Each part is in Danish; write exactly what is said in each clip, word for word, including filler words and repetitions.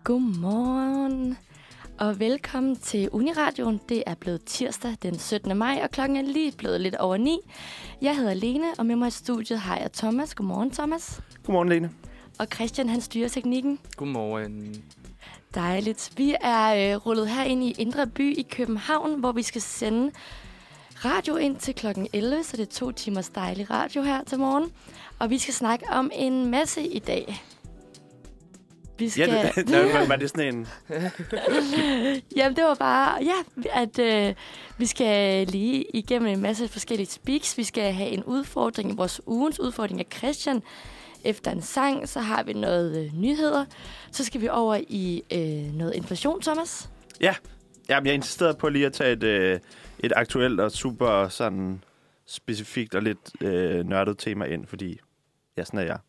Godmorgen og velkommen til Uniradioen. Det er blevet tirsdag den syttende maj, og klokken er lige blevet lidt over ni. Jeg hedder Lene, og med mig i studiet har jeg Thomas. Godmorgen, Thomas. Godmorgen, Lene. Og Christian, han styrer teknikken. Godmorgen. Dejligt. Vi er øh, rullet her ind i Indre By i København, hvor vi skal sende radio ind til klokken elleve, så det er to timers dejlig radio her til morgen. Og vi skal snakke om en masse i dag. Vi skal... Ja, det, der, var det sådan en... Jamen, det var bare, ja, at øh, vi skal lige igennem en masse forskellige speaks. Vi skal have en udfordring, vores ugens udfordring af Christian. Efter en sang, så har vi noget øh, nyheder. Så skal vi over i øh, noget inflation, Thomas. Ja, Jamen, jeg insisterede på lige at tage et, øh, et aktuelt og super sådan specifikt og lidt øh, nørdet tema ind, fordi ja, sådan er jeg.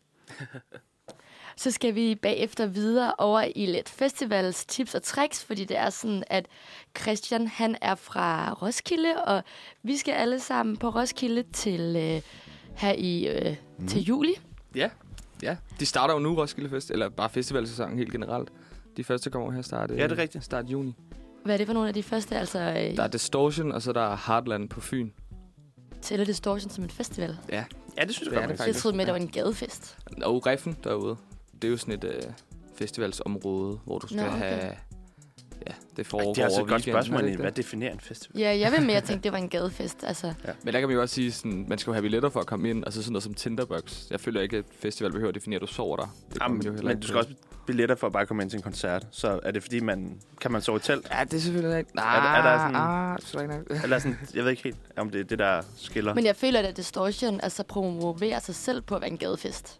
Så skal vi bagefter videre over i lidt festivals tips og tricks, fordi det er sådan, at Christian, han er fra Roskilde, og vi skal alle sammen på Roskilde til øh, her i øh, mm. til juli. Ja, ja. De starter jo nu, Roskilde Fest, eller bare festivalsæsonen helt generelt. De første kommer her start, ja, det er rigtigt. Start juni. Hvad er det for nogle af de første? Altså, øh, der er Distortion, og så der er Heartland på Fyn. Tæller Distortion som en festival? Ja. Ja, det synes jeg det godt, det faktisk. Jeg troede med, at det var en gadefest. Og Riffen derude. Det er jo sådan et øh, festivalsområde, hvor du skal Nå, okay. have... Ja, det foregår over det er altså et godt weekenden, spørgsmål, hvad definerer en festival? Ja, jeg vil mere tænke, det var en gadefest. Altså. Ja. Men der kan man jo også sige, sådan, man skal jo have billetter for at komme ind, altså sådan noget som Tinderbox. Jeg føler ikke, at festival behøver at definere, at du sover der. Det Jamen, jo men du skal også billetter for at bare komme ind til en koncert. Så er det fordi, man kan man sove i telt? Ja, det er selvfølgelig ikke. Nej, er, er der sådan... Ah, sådan eller sådan, jeg ved ikke helt, om det er det, der skiller. Men jeg føler, at Distortion altså promoverer sig selv på at være en gadefest.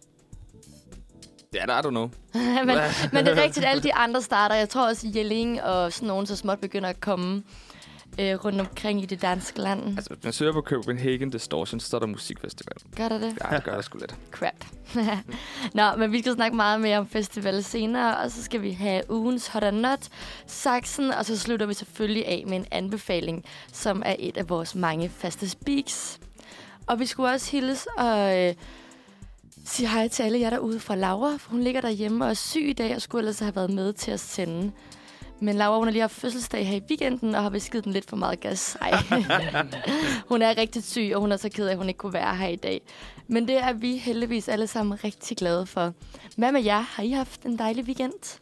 Ja, der er du nu. men, men det er rigtigt, alle de andre starter. Jeg tror også, Jelling og sådan nogen så småt begynder at komme øh, rundt omkring i det danske land. Altså, hvis man søger på Copenhagen Distortion, så er der musikfestival. Gør der det? Ja, det gør der sgu lidt. Crap. Nå, men vi skal snakke meget mere om festival senere, og så skal vi have ugens Hot or Not, saksen, og så slutter vi selvfølgelig af med en anbefaling, som er et af vores mange faste speaks. Og vi skulle også hilse og... Øh, sige hej til alle jer derude fra Laura, for hun ligger derhjemme og er syg i dag, og skulle ellers have været med til at sende. Men Laura, hun har lige haft fødselsdag her i weekenden, og har vist givet den lidt for meget gas. Ej. Hun er rigtig syg, og hun er så ked af, at hun ikke kunne være her i dag. Men det er vi heldigvis alle sammen rigtig glade for. Hvad med jer? Har I haft en dejlig weekend?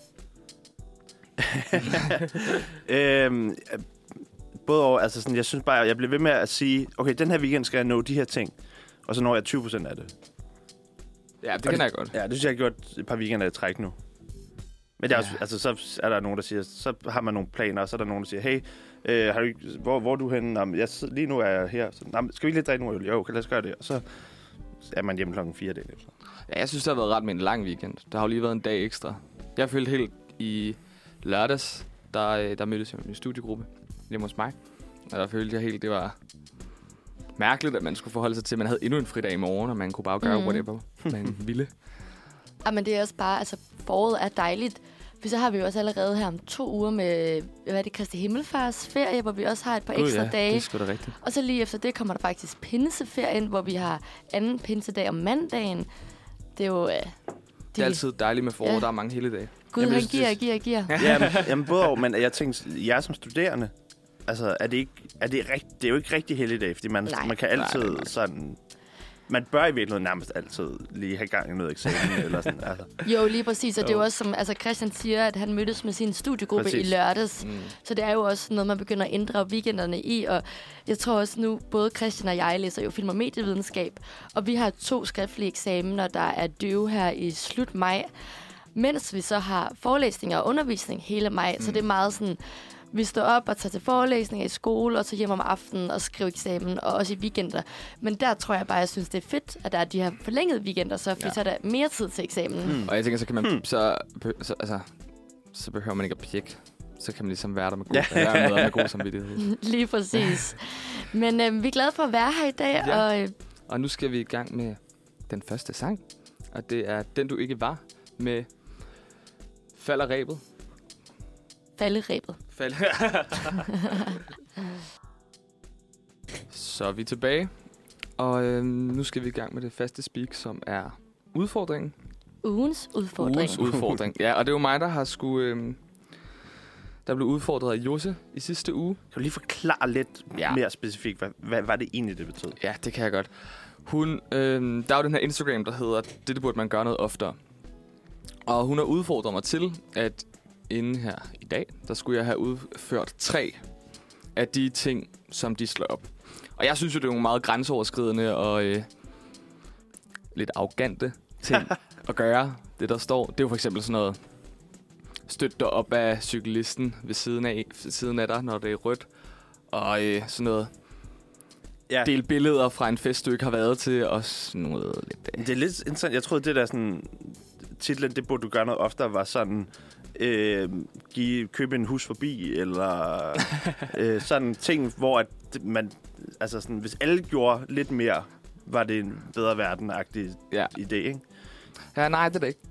øhm, både over, altså sådan, jeg synes bare, jeg bliver ved med at sige, okay, den her weekend skal jeg nå de her ting, og så når jeg tyve procent af det. Ja, det kan jeg godt. Ja, det synes jeg, jeg har gjort et par weekender i træk nu. Men der er, ja. også, altså, så er der nogen, der siger, så har man nogle planer, og så er der nogen, der siger, hey, øh, har du ikke, hvor, hvor er du henne? Jamen, jeg, lige nu er jeg her. Så, skal vi ikke lidt drikke nu? Jo, kan lad os gøre det. Og så er man hjemme klokken fire dage efter. Ja, jeg synes, det har været ret med en lang weekend. Der har jo lige været en dag ekstra. Jeg følte helt i lørdags, der, der mødtes jeg med min studiegruppe hjemme hos mig. Og der følte jeg helt, det var... mærkeligt, at man skulle forholde sig til, at man havde endnu en fridag i morgen, og man kunne bare gøre mm. whatever, man ville. Ja, men det er også bare, altså foråret er dejligt, for så har vi jo også allerede her om to uger med, hvad er det, Kristi Himmelfarts ferie, hvor vi også har et par God, ekstra ja, dage. Det er sgu da rigtigt. Og så lige efter det kommer der faktisk pinseferien, hvor vi har anden pinsedag om mandagen. Det er jo... Øh, de... Det er altid dejligt med forår, ja. Der er mange hele dage. Gud, jamen, han giver og giver og giver. Jamen, jamen både over, men jeg tænkte, jeg som studerende, altså, er det ikke, er det rigt, det er jo ikke rigtig helligdag, fordi man, man kan altid nej, nej, nej. sådan... Man bør i virkeligheden nærmest altid lige have gang i noget eksamen eller sådan. Altså. Jo, lige præcis. Og jo. Det er jo også som altså Christian siger, at han mødtes med sin studiegruppe præcis. I lørdags. Mm. Så det er jo også noget, man begynder at ændre weekenderne i. Og jeg tror også nu, både Christian og jeg læser jo film- og medievidenskab. Og vi har to skriftlige eksamener, der er due her i slut maj. Mens vi så har forelæsninger og undervisning hele maj. Mm. Så det er meget sådan... Vi står op og tager til forelæsninger i skole, og så hjem om aftenen og skriver eksamen, og også i weekender. Men der tror jeg bare, jeg synes, det er fedt, at der er de her forlængede weekender, så vi ja. tager der mere tid til eksamen. Hmm. Og jeg tænker, så kan man hmm. så, så, altså, så behøver man ikke at pjekke. Så kan man ligesom være der med god, ja. med, med god samvittighed. Lige præcis. Men øh, vi er glade for at være her i dag. Ja. Og, øh, og nu skal vi i gang med den første sang. Og det er Den du ikke var med Falder rebet. Falderebet. Falde. Så er vi tilbage. Og øh, nu skal vi i gang med det faste speak, som er udfordringen. Ugens udfordring. Ugens udfordring. Ja, og det er jo mig, der har skulle... Øh, der blev udfordret af Josse i sidste uge. Kan du lige forklare lidt Ja. mere specifikt, hvad, hvad var det egentlig, det betød? Ja, det kan jeg godt. Hun, øh, der er jo den her Instagram, der hedder, det burde man gøre noget oftere. Og hun har udfordret mig til, at inden her i dag, der skulle jeg have udført tre af de ting, som de slår op. Og jeg synes jo, det er nogle meget grænseoverskridende og øh, lidt arrogante ting at gøre, det der står. Det er jo for eksempel sådan noget, støt dig op af cyklisten ved siden af, ved siden af dig, når det er rødt. Og øh, sådan noget, Ja. del billeder fra en fest, du ikke har været til, og sådan noget lidt... Øh. Det er lidt interessant. Jeg troede, det der sådan... Titlen, det burde du gøre noget oftere, var sådan... Øh, give, købe en hus forbi, eller øh, sådan ting, hvor at man... Altså sådan, hvis alle gjorde lidt mere, var det en bedre verden-agtig Ja. idé, ikke? Ja, nej, det er det ikke.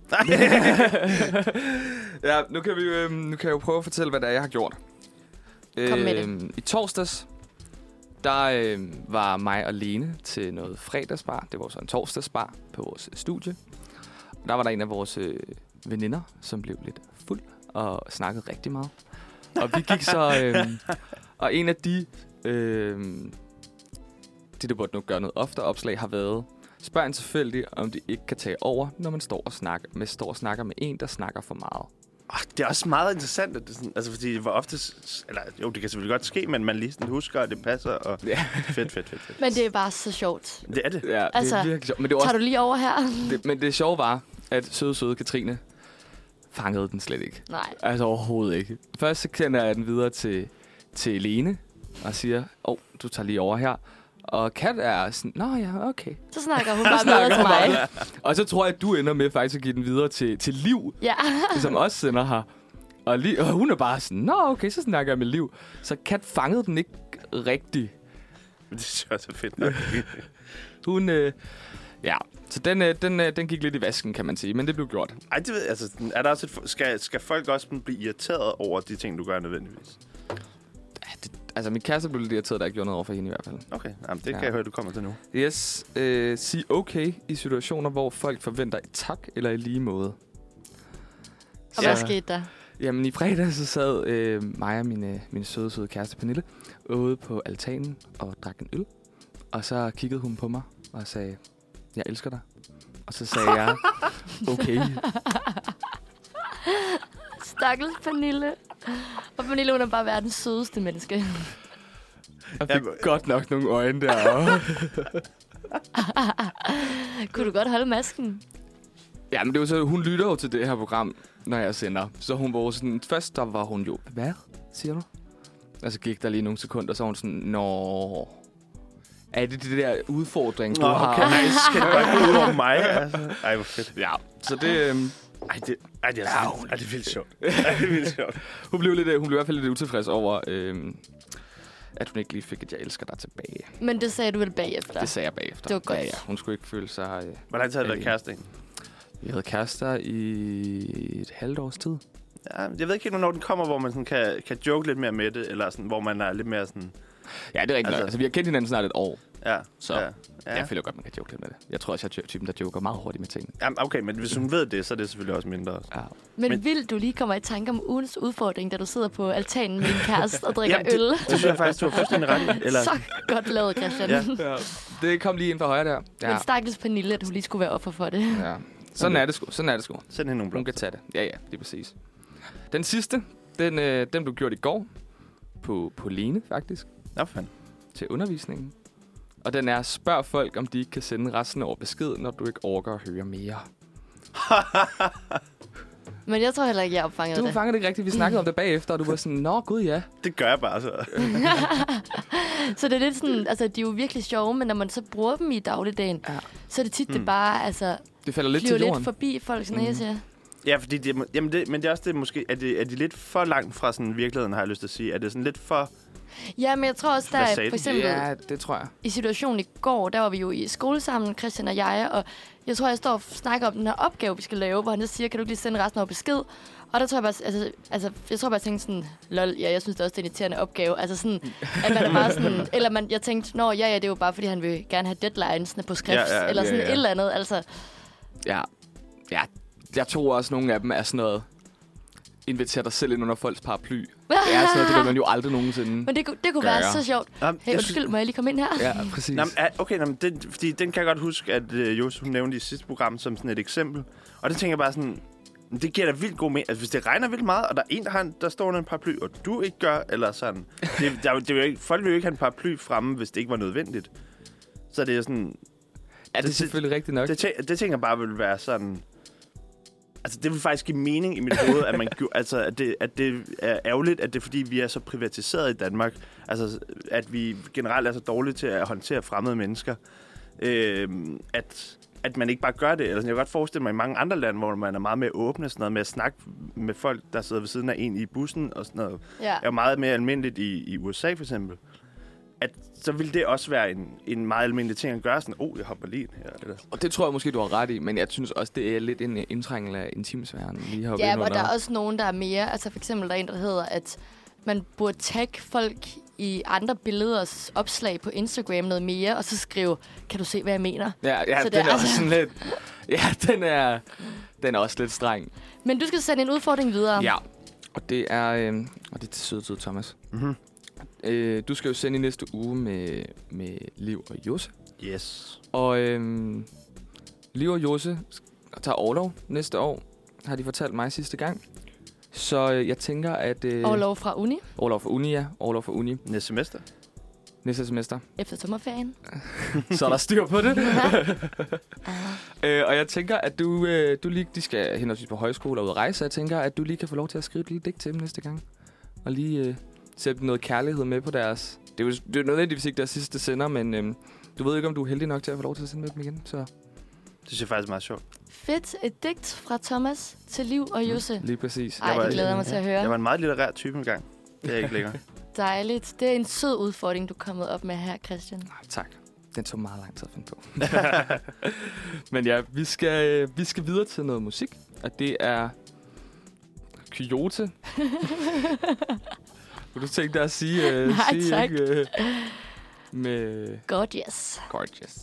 ja, nu kan, vi, øh, nu kan jeg jo prøve at fortælle, hvad det er, jeg har gjort. Kom med det. Øh, I torsdags, der øh, var mig og Lene til noget fredagsbar. Det var så en torsdagsbar på vores studie. Og der var der en af vores øh, veninder, som blev lidt fuld og snakkede rigtig meget. Og vi gik så... Øh, og en af de... Øh, det, det burde nok gøre noget ofte opslag, har været... Spørg en tilfældig, om de ikke kan tage over, når man står og snakker med, står og snakker med en, der snakker for meget. Oh, det er også meget interessant, at det sådan, altså fordi det var ofte, eller jo, det kan selvfølgelig godt ske, men man lige sådan husker, at det passer, og Ja. fedt, fedt, fedt, fedt. Men det er bare så sjovt. Det er det. Ja, det Altså, er virkelig sjovt. Men det, var Tager også, du lige over her? det, men det sjove var, at søde, søde Katrine fangede den slet ikke. Nej. Altså overhovedet ikke. Først så kender jeg den videre til, til Lene, og siger, åh, oh, du tager lige over her. Og Kat er sådan, nå ja, okay. Så snakker hun bare videre til mig. Og så tror jeg, at du ender med faktisk at give den videre til, til Liv, Ja. som også sender her. Og, Liv, og hun er bare sådan, nå okay, så snakker jeg med Liv. Så Kat fangede den ikke rigtigt. Men det synes jeg også er fedt nok. Hun, øh, ja, så den, øh, den, øh, den gik lidt i vasken, kan man sige, men det blev gjort. Ej, det ved jeg, altså, er der også et, skal, skal folk også blive irriteret over de ting, du gør nødvendigvis? Det, altså, min kæreste blev lidt irriteret, da jeg gjorde noget over for hende i hvert fald. Okay, jamen, det Ja. kan jeg høre, du kommer til nu. Yes, øh, sig okay i situationer, hvor folk forventer et tak eller i lige måde. Og hvad skete der? Jamen, i fredag så sad øh, mig og min, øh, min søde, søde kæreste Pernille ude på altanen og drak en øl. Og så kiggede hun på mig og sagde, jeg elsker dig. Og så sagde jeg, okay. Stakkels Pernille. Og Pernille, hun er bare verdens sødeste menneske. Og fik godt nok nogle øjne derovre. Kunne du godt holde masken? Ja, men det var så, hun lytter jo til det her program, når jeg sender. Så hun var jo sådan, først der var hun jo, hvad siger du? Og så gik der lige nogle sekunder, så var hun sådan, nå, er det det der udfordring, du Nå, har? okay, nej, skal det bare gå ud over mig? Altså. Ej, hvor fedt. Ja, så det, øhm, Ej, det, ej, det er, altså, vildt, ej, det er vildt sjovt. Ej, det er vildt sjovt. hun, blev lidt, hun blev i hvert fald lidt utilfreds over, øhm, at hun ikke lige fik, at jeg elsker dig tilbage. Men det sagde du vel bagefter? Det sagde jeg bagefter. Det var godt. Ja, ja. Hun skulle ikke føle sig... Øh, Hvor lang tid har du været alene. kæreste, ikke? Vi havde kærester i et halvt års tid. Ja, jeg ved ikke helt, hvornår den kommer, hvor man sådan kan, kan joke lidt mere med det, eller sådan, hvor man er lidt mere sådan... Ja, det er rigtigt. Altså- Altså, altså vi har kendt hinanden snart et år, Ja, så ja, ja. ja. jeg føler godt, man kan joke lidt med det. Jeg tror også, jeg er typen, der joker meget hurtigt med tingene. Jamen, okay, men hvis hun ved det, så er det selvfølgelig også mindre. Ja. Men, Men- vildt, du lige kommer i tanke om ugens udfordring, da du sidder på altanen med din kæreste og drikker Jamen, det- øl. Det synes jeg faktisk, du har fuldstændig ret i. Eller, Så godt lavet, Christian. Ja. Ja. Det kom lige ind fra højre der. Ja. Men stakkels Pernille, at du lige skulle være offer for det. Ja. Sådan er det sgu. Sådan er det sgu. send hende nogle Hun blomster. kan tage det. Ja, ja, det er præcis. Den sidste, den, øh, den blev gjort i går på, på Lene, faktisk, Nå, fanden. til undervisningen. Og den er, spørg folk, om de ikke kan sende resten over besked, når du ikke orker at høre mere. Men jeg tror heller ikke, jeg opfangede Du det. fangede det ikke rigtigt. Vi snakkede om det bagefter, og du var sådan, nå gud ja. Det gør jeg bare, så. Så det er lidt sådan, altså de er jo virkelig sjove, men når man så bruger dem i dagligdagen, Ja. så er det tit, Mm. det bare, altså, Det falder lidt flyver til jorden. lidt forbi folks Mm. næse. Ja. Ja, fordi det, er- jamen det, men det er også det måske, er de, er de lidt for langt fra sådan virkeligheden, har jeg lyst til at sige. Er det sådan lidt for... Ja, men jeg tror også, der Hvad er sagde for du? eksempel Ja, det tror jeg. i situationen i går, der var vi jo i skole sammen, Christian og jeg, og jeg tror, jeg står og snakker om den her opgave, vi skal lave, hvor han så siger, kan du ikke lige sende resten af besked? Og der tror jeg bare, altså, altså jeg tror bare, jeg tænkte sådan, lol, ja, jeg synes det er også, det er en irriterende opgave. Altså sådan, at man er bare sådan, eller man, jeg tænkte, nå, ja, ja, det er jo bare, fordi han vil gerne have deadlines'ene på skrift, Ja, ja, eller ja, sådan ja. et eller andet, altså. Ja. Ja, jeg tror også, nogle af dem er sådan noget, inviter dig selv ind under folks paraply. Det er sådan noget, det vil man jo aldrig nogensinde Men det, det kunne gøre. være så sjovt. Jamen, Hey, jeg undskyld, synes- må jeg lige komme ind her? Ja, præcis. Nå, men, er- okay, nå, men den, fordi den kan jeg godt huske, at øh, Josef hun nævnte i sidste program som sådan et eksempel. Og det tænker jeg bare sådan, det giver da vildt god mening. Altså, hvis det regner vildt meget, og der er en, der, har en, der står under en paraply, og du ikke gør, eller sådan. Det, der, er jo- det er jo ikke, folk vil jo ikke have en paraply fremme, hvis det ikke var nødvendigt. Så det er sådan... Ja, det er det- selvfølgelig rigtigt nok. Det, tæ- det tænker jeg bare vil være sådan... Altså, det vil faktisk give mening i mit hoved, at, man, gjo- altså, at, det, at det er ærgerligt, at det er, fordi vi er så privatiseret i Danmark. Altså, at vi generelt er så dårlige til at håndtere fremmede mennesker. Øh, at, at man ikke bare gør det. Eller sådan, jeg kan godt forestille mig i mange andre lande, hvor man er meget mere åbne, sådan noget med at snakke med folk, der sidder ved siden af en i bussen og sådan noget. Ja. Er jo meget mere almindeligt i, i U S A for eksempel. At så vil det også være en, en meget almindelig ting at gøre. Sådan, oh, jeg hopper lige ind her. Eller. Og det tror jeg måske, du har ret i, men jeg synes også, det er lidt en indtrængel af intimsfæren. Lige heroppe Ja, ind og under. der er også nogen, der er mere... Altså for eksempel, der er en, der hedder, at man burde tagge folk i andre billeders opslag på Instagram noget mere, og så skrive, kan du se, hvad jeg mener? Ja, ja Så den det er er også altså- sådan lidt... Ja, den er, den er også lidt streng. Men du skal sende en udfordring videre. Ja, og det er... Øh, og det er til søde, søde Thomas. Mm-hmm. Øh, du skal jo sende i næste uge med, med Liv og Josse. Yes. Og øh, Liv og Josse tager orlov næste år, har de fortalt mig sidste gang. Så øh, jeg tænker, at... Øh, Og lov fra uni Orlov for uni, ja. Orlov for uni. Næste semester. Næste semester. efter sommerferien. Så er der styr på det. øh, og jeg tænker, at du, øh, du lige... De skal henholdsvis på højskole og ud at rejse, så jeg tænker, at du lige kan få lov til at skrive et lille digt til dem næste gang. Og lige øh, sætte noget kærlighed med på deres... Det er jo det er nødvendigvis ikke deres sidste sender, men øh, du ved ikke, om du er heldig nok til at få lov til at sende med dem igen. Så Det synes jeg faktisk er meget sjovt. Fedt. Et digt fra Thomas til Liv og Josse. lige præcis. Ej, var- det glæder jeg mig til at høre. Jeg var en meget litterær type engang. Det er jeg ikke længere. Dejligt. Det er en sød udfordring, du er kommet op med her, Christian. Ah, tak. Den tog meget lang tid at finde på. Men ja, vi skal, øh, vi skal videre til noget musik, og det er Kyoto. Kunne du tænke dig at sige, uh, Nej, sige tak. Ikke, uh, med Gorgeous. Gorgeous?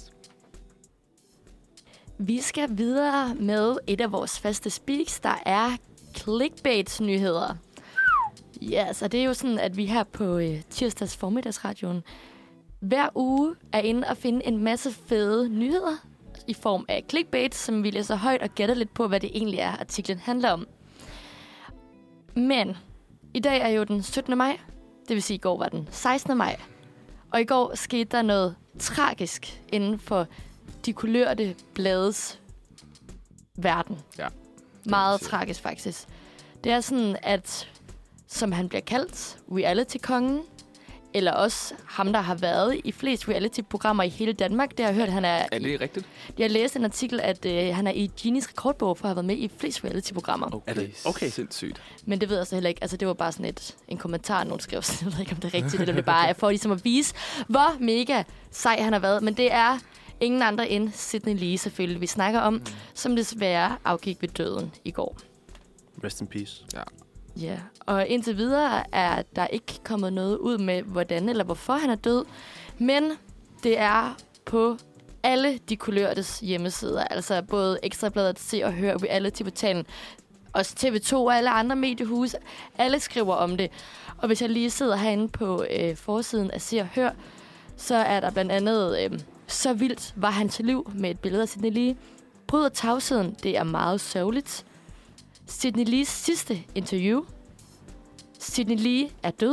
Vi skal videre med et af vores faste speaks, der er clickbait-nyheder. Ja, så det er jo sådan, at vi her på øh, tirsdags formiddagsradioen hver uge er inde og finde en masse fede nyheder i form af clickbait, som vi læser højt og gætter lidt på, hvad det egentlig er, artiklen handler om. Men i dag er jo den syttende maj, det vil sige, i går var den sekstende maj. Og i går skete der noget tragisk inden for de kulørte blades verden. Ja. Meget sige. tragisk, faktisk. Det er sådan, at som han bliver kaldt, reality-kongen, eller også ham, der har været i flest reality-programmer i hele Danmark. Det har jeg hørt, han er... Er det rigtigt? Jeg har læst en artikel, at øh, han er i Ginis rekordbog for at have været med i flest reality-programmer. Okay, Er det- okay. Sindssygt. Men det ved jeg så heller ikke. Altså, det var bare sådan et, en kommentar, nogen skrev. Så jeg ved ikke, om det er rigtigt. Eller det bare er for ligesom at vise, hvor mega sej han har været. Men det er ingen andre end Sydney Lee, selvfølgelig, vi snakker om, mm. som desværre afgik ved døden i går. Rest in peace. Ja. Ja, og indtil videre er der ikke kommet noget ud med, hvordan eller hvorfor han er død. Men det er på alle de kulørtes hjemmesider. Altså både Ekstrabladet, Se og Hør, reality-portalen, også T V to og alle andre mediehuse. Alle skriver om det. Og hvis jeg lige sidder herinde på øh, forsiden af Se og Hør, så er der blandt andet øh, Så vildt var han til liv med et billede af Sydney Lee. Bryder tavsheden, det er meget sørgeligt. Sydney Lees sidste interview. Sydney Lee er død.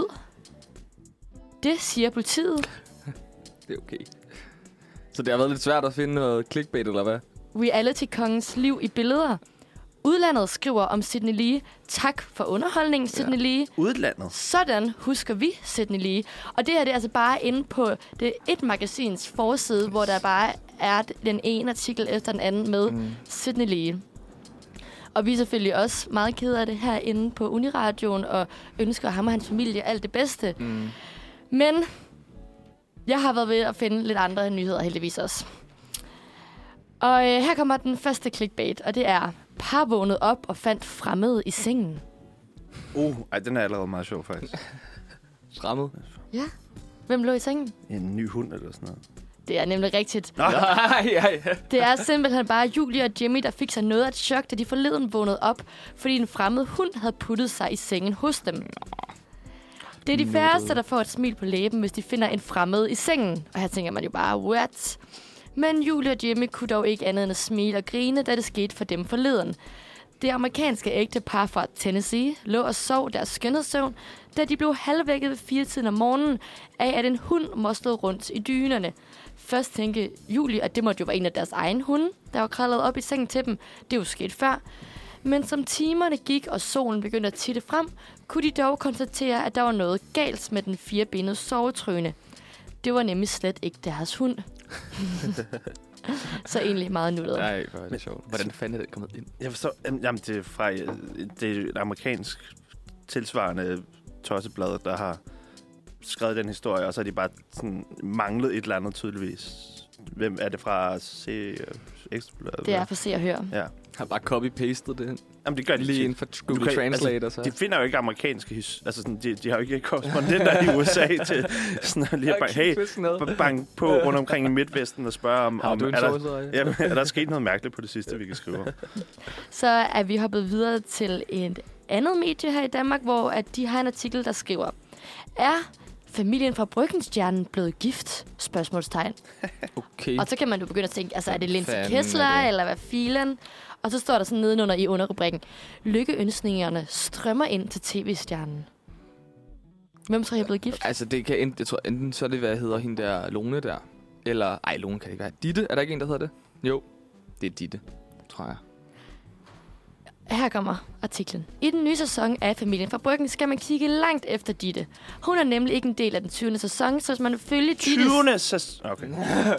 Det siger politiet. Det er okay. Så det har været lidt svært at finde noget clickbait, eller hvad? Reality-kongens liv i billeder. Udlandet skriver om Sydney Lee. Tak for underholdningen, Sydney Ja. Lee. Udlandet. Sådan husker vi Sydney Lee. Og det her det er altså bare inde på det et magasins forside, hvor der bare er den ene artikel efter den anden med mm. Sydney Lee. Og vi er selvfølgelig også meget kede af det herinde på Uniradioen, og ønsker ham og hans familie alt det bedste. Mm. Men jeg har været ved at finde lidt andre nyheder heldigvis også. Og øh, her kommer den første clickbait, og det er: par vågnede op og fandt fremmede i sengen. Uh, ej, den er allerede meget sjov, faktisk. Fremmed. Ja. Hvem lå i sengen? En ny hund eller sådan noget. Det er nemlig rigtigt. Nej, ja, ja. Det er simpelthen bare Julie og Jimmy, der fik sig noget af et chok, da de forleden vågnede op, fordi en fremmed hund havde puttet sig i sengen hos dem. Det er de færreste, der får et smil på læben, hvis de finder en fremmed i sengen. Og her tænker man jo bare, what? Men Julie og Jimmy kunne dog ikke andet end at smile og grine, da det skete for dem forleden. Det amerikanske ægtepar fra Tennessee lå og sov deres skønhedssøvn, da de blev halvvækket ved fire tiden om morgenen af, at en hund moslede rundt i dynerne. Først tænkte Julie, at det måtte jo være en af deres egen hunde, der var kravlet op i sengen til dem. Det er jo sket før. Men som timerne gik, og solen begyndte at titte frem, kunne de dog konstatere, at der var noget galt med den firebenede sovetryne. Det var nemlig slet ikke deres hund. Så egentlig meget nuttet. Nej, hvor er det sjovt. Hvordan fanden er det kommet ind? Jeg forstår, jamen det er fra det er et amerikansk tilsvarende tosseblad, der har skrevet den historie, og så har de bare sådan manglet et eller andet tydeligvis. Hvem er det fra? Se Ekstrabladet? Det er for Se og Hør. Ja. Har bare copy-pastet det. Jamen det gør de lige inden for Google kan, Translate. Altså, og så. De finder jo ikke amerikanske his, altså sådan, de, de har jo ikke korrespondenter i U S A til sådan at lige at banke, hey, bank på rundt omkring i Midtvesten og spørge om, om er, der, jamen, er der sket noget mærkeligt på det sidste, vi kan skrive om. Så er vi hoppet videre til et andet medie her i Danmark, hvor at de har en artikel, der skriver, er familien fra Bryggenstjernen blevet gift? Spørgsmålstegn. Okay. Og så kan man jo begynde at tænke, altså er det Linse Fanden Kessler, er det? eller hvad filen? Og så står der sådan nedenunder i underrubrikken, lykkeønskningerne strømmer ind til tv-stjernen. Hvem tror jeg er blevet gift? Altså, det kan enten, jeg tror, enten så er det, hvad hedder hende der, Lone der. Eller, ej, Lone kan det ikke være. Ditte, er der ikke en, der hedder det? Jo, det er Ditte, tror jeg. Her kommer artiklen. I den nye sæson af Familien fra Bryggen skal man kigge langt efter Ditte. Hun er nemlig ikke en del af den tyvende sæson, så hvis man vil følge Dittes... tyvende sæson? Okay.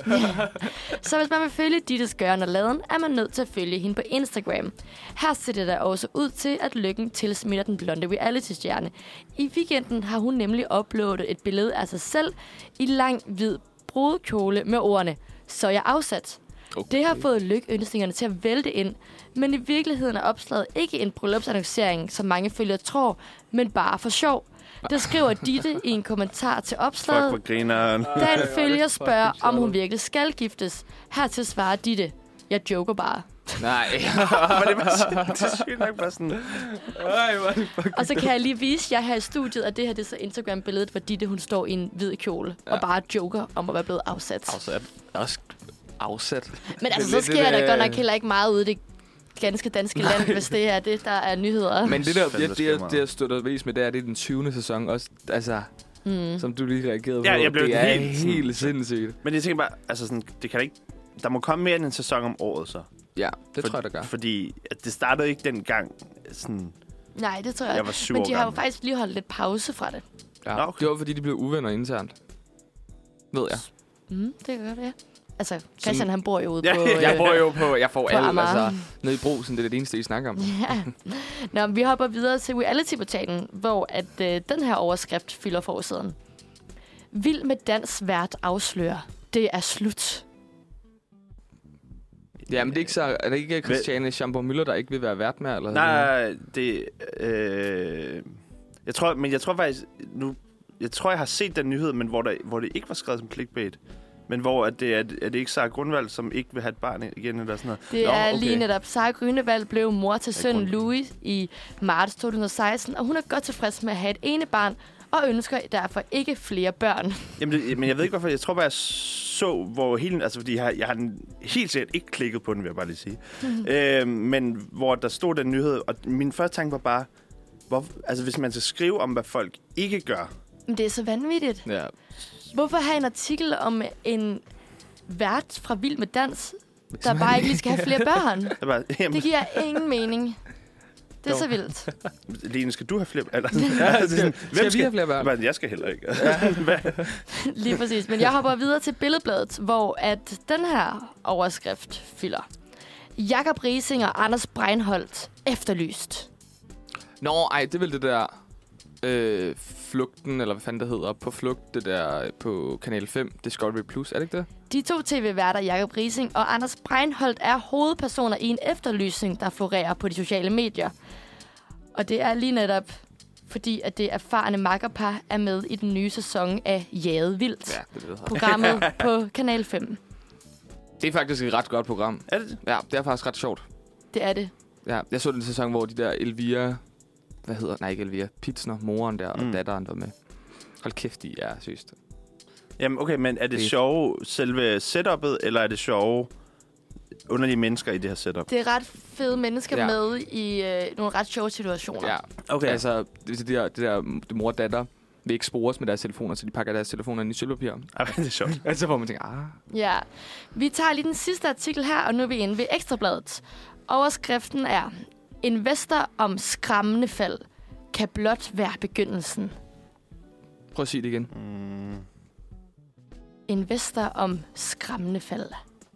Så hvis man vil følge Dittes gøren og laden, er man nødt til at følge hende på Instagram. Her ser det der også ud til, at lykken tilsmitter den blonde reality-stjerne. I weekenden har hun nemlig uploadet et billede af sig selv i lang, hvid brudekjole med ordene, så jeg afsat. Okay. Det har fået lykønskningerne til at vælte ind, men i virkeligheden er opslaget ikke en bryllupsannoncering, som mange følgere tror, men bare for sjov. Det skriver Ditte i en kommentar til opslaget, Fuck, hvor grineren. da en følger spørger, om hun virkelig skal giftes. Hertil svarer Ditte, jeg joker bare. Nej. Men det var sygt nok bare sådan... Og så kan jeg lige vise jer her i studiet, at det her det er så Instagram-billedet, hvor Ditte hun står i en hvid kjole ja. og bare joker om at være blevet afsat. Afsat. Også afsat. Men altså, så sker der godt nok heller ikke meget ude i det ganske danske land, hvis det er det, der er nyheder. Men det der, det, det, det jeg støtter vis med, det er, det er den tyvende sæson også, altså, mm. som du lige reagerede på. Ja, jeg blev det er helt, helt sindssygt. Men jeg tænker bare, altså sådan, det kan ikke, der må komme mere end en sæson om året, så. Ja, det For, tror jeg, der gør. Fordi at det startede ikke dengang, sådan... Nej, det tror jeg. Jeg var syv Men år de har jo gammel. faktisk lige holdt lidt pause fra det. Ja, Nå, okay. det var, fordi de blev uvenner internt. Ved jeg. Mm, det kan godt, ja. Altså, Christian, han bor jo ude Ja, på... ja, Jeg øh, bor jo på, jeg får på alt, Amager. altså, nede i Brugsen, det er det eneste, I snakker om. Ja. Nå, vi hopper videre til reality-portalen, hvor at, øh, den her overskrift fylder forsiden. Vild med dans vært afslører. Det er slut. Ja, men det er ikke så, er det ikke Christiane Schamborg Müller, der ikke vil være vært med? Eller Nej, det... Øh, jeg tror, men jeg tror faktisk... Nu, jeg tror, jeg har set den nyhed, men hvor, der, hvor det ikke var skrevet som clickbait. Men hvor at det er, er det ikke Sara Grunwald, som ikke vil have et barn igen eller sådan noget? Det Nå, er okay. lige netop. Sara Grunewald blev mor til sønnen Grunwald. Louis i marts to tusind og seksten, og hun er godt tilfreds med at have et ene barn, og ønsker derfor ikke flere børn. Jamen, det, men jeg ved ikke hvorfor. Jeg tror bare, jeg så, hvor hele... Altså, fordi jeg har, jeg har den helt sikkert ikke klikket på den, vil jeg bare lige sige. Mm-hmm. Øh, men hvor der stod den nyhed, og min første tanke var bare... Hvor, altså, hvis man skal skrive om, hvad folk ikke gør... Men det er så vanvittigt. Ja. Hvorfor have en artikel om en vært fra Vild med Dans, der bare ikke lige skal have flere børn? Det, bare, jamen, Det giver ingen mening. Det er Jo. så vildt. Lene, skal du have flere... Eller, Ja, altså, sådan, skal vi have flere børn? Bare, jeg skal heller ikke. Lige præcis. Men jeg hopper videre til Billedbladet, hvor at den her overskrift fylder. Jakob Riising og Anders Breinholt efterlyst. Nå, ej, det er vel det der øh, flugten, eller hvad fanden det hedder, på flugt, det der på Kanal fem, Discovery Plus, er det ikke det? De to tv-værter, Jakob Riising og Anders Breinholt, er hovedpersoner i en efterlysning, der florerer på de sociale medier. Og det er lige netop fordi at det erfarne makkerpar er med i den nye sæson af Jaget Vildt. Ja, det ved jeg. Programmet på Kanal fem. Det er faktisk et ret godt program. Er det? Ja, det er faktisk ret sjovt. Det er det. Ja, jeg så den sæson, hvor de der Elvira... Hvad hedder... Nej, ikke Elvira. Pitsner, moren der, Mm. og datteren var med. Hold kæft, de er seriøst. Jamen, okay, men er det Det- sjove selve setup'et, eller er det sjove underlige mennesker i det her setup? Det er ret fede mennesker Ja. med i øh, nogle ret sjove situationer. Ja, Okay. altså, det, det, der, det der det mor og datter vil ikke spores med deres telefoner, så de pakker deres telefoner ind i sølvpapir. Okay, det er sjovt. Altså, hvor man tænker, ah... Ja. Vi tager lige den sidste artikel her, og nu er vi inde ved Ekstrabladet. Overskriften er: Investor om skræmmende fald kan blot være begyndelsen. Prøv at sige det igen. Mm. Investor om skræmmende fald.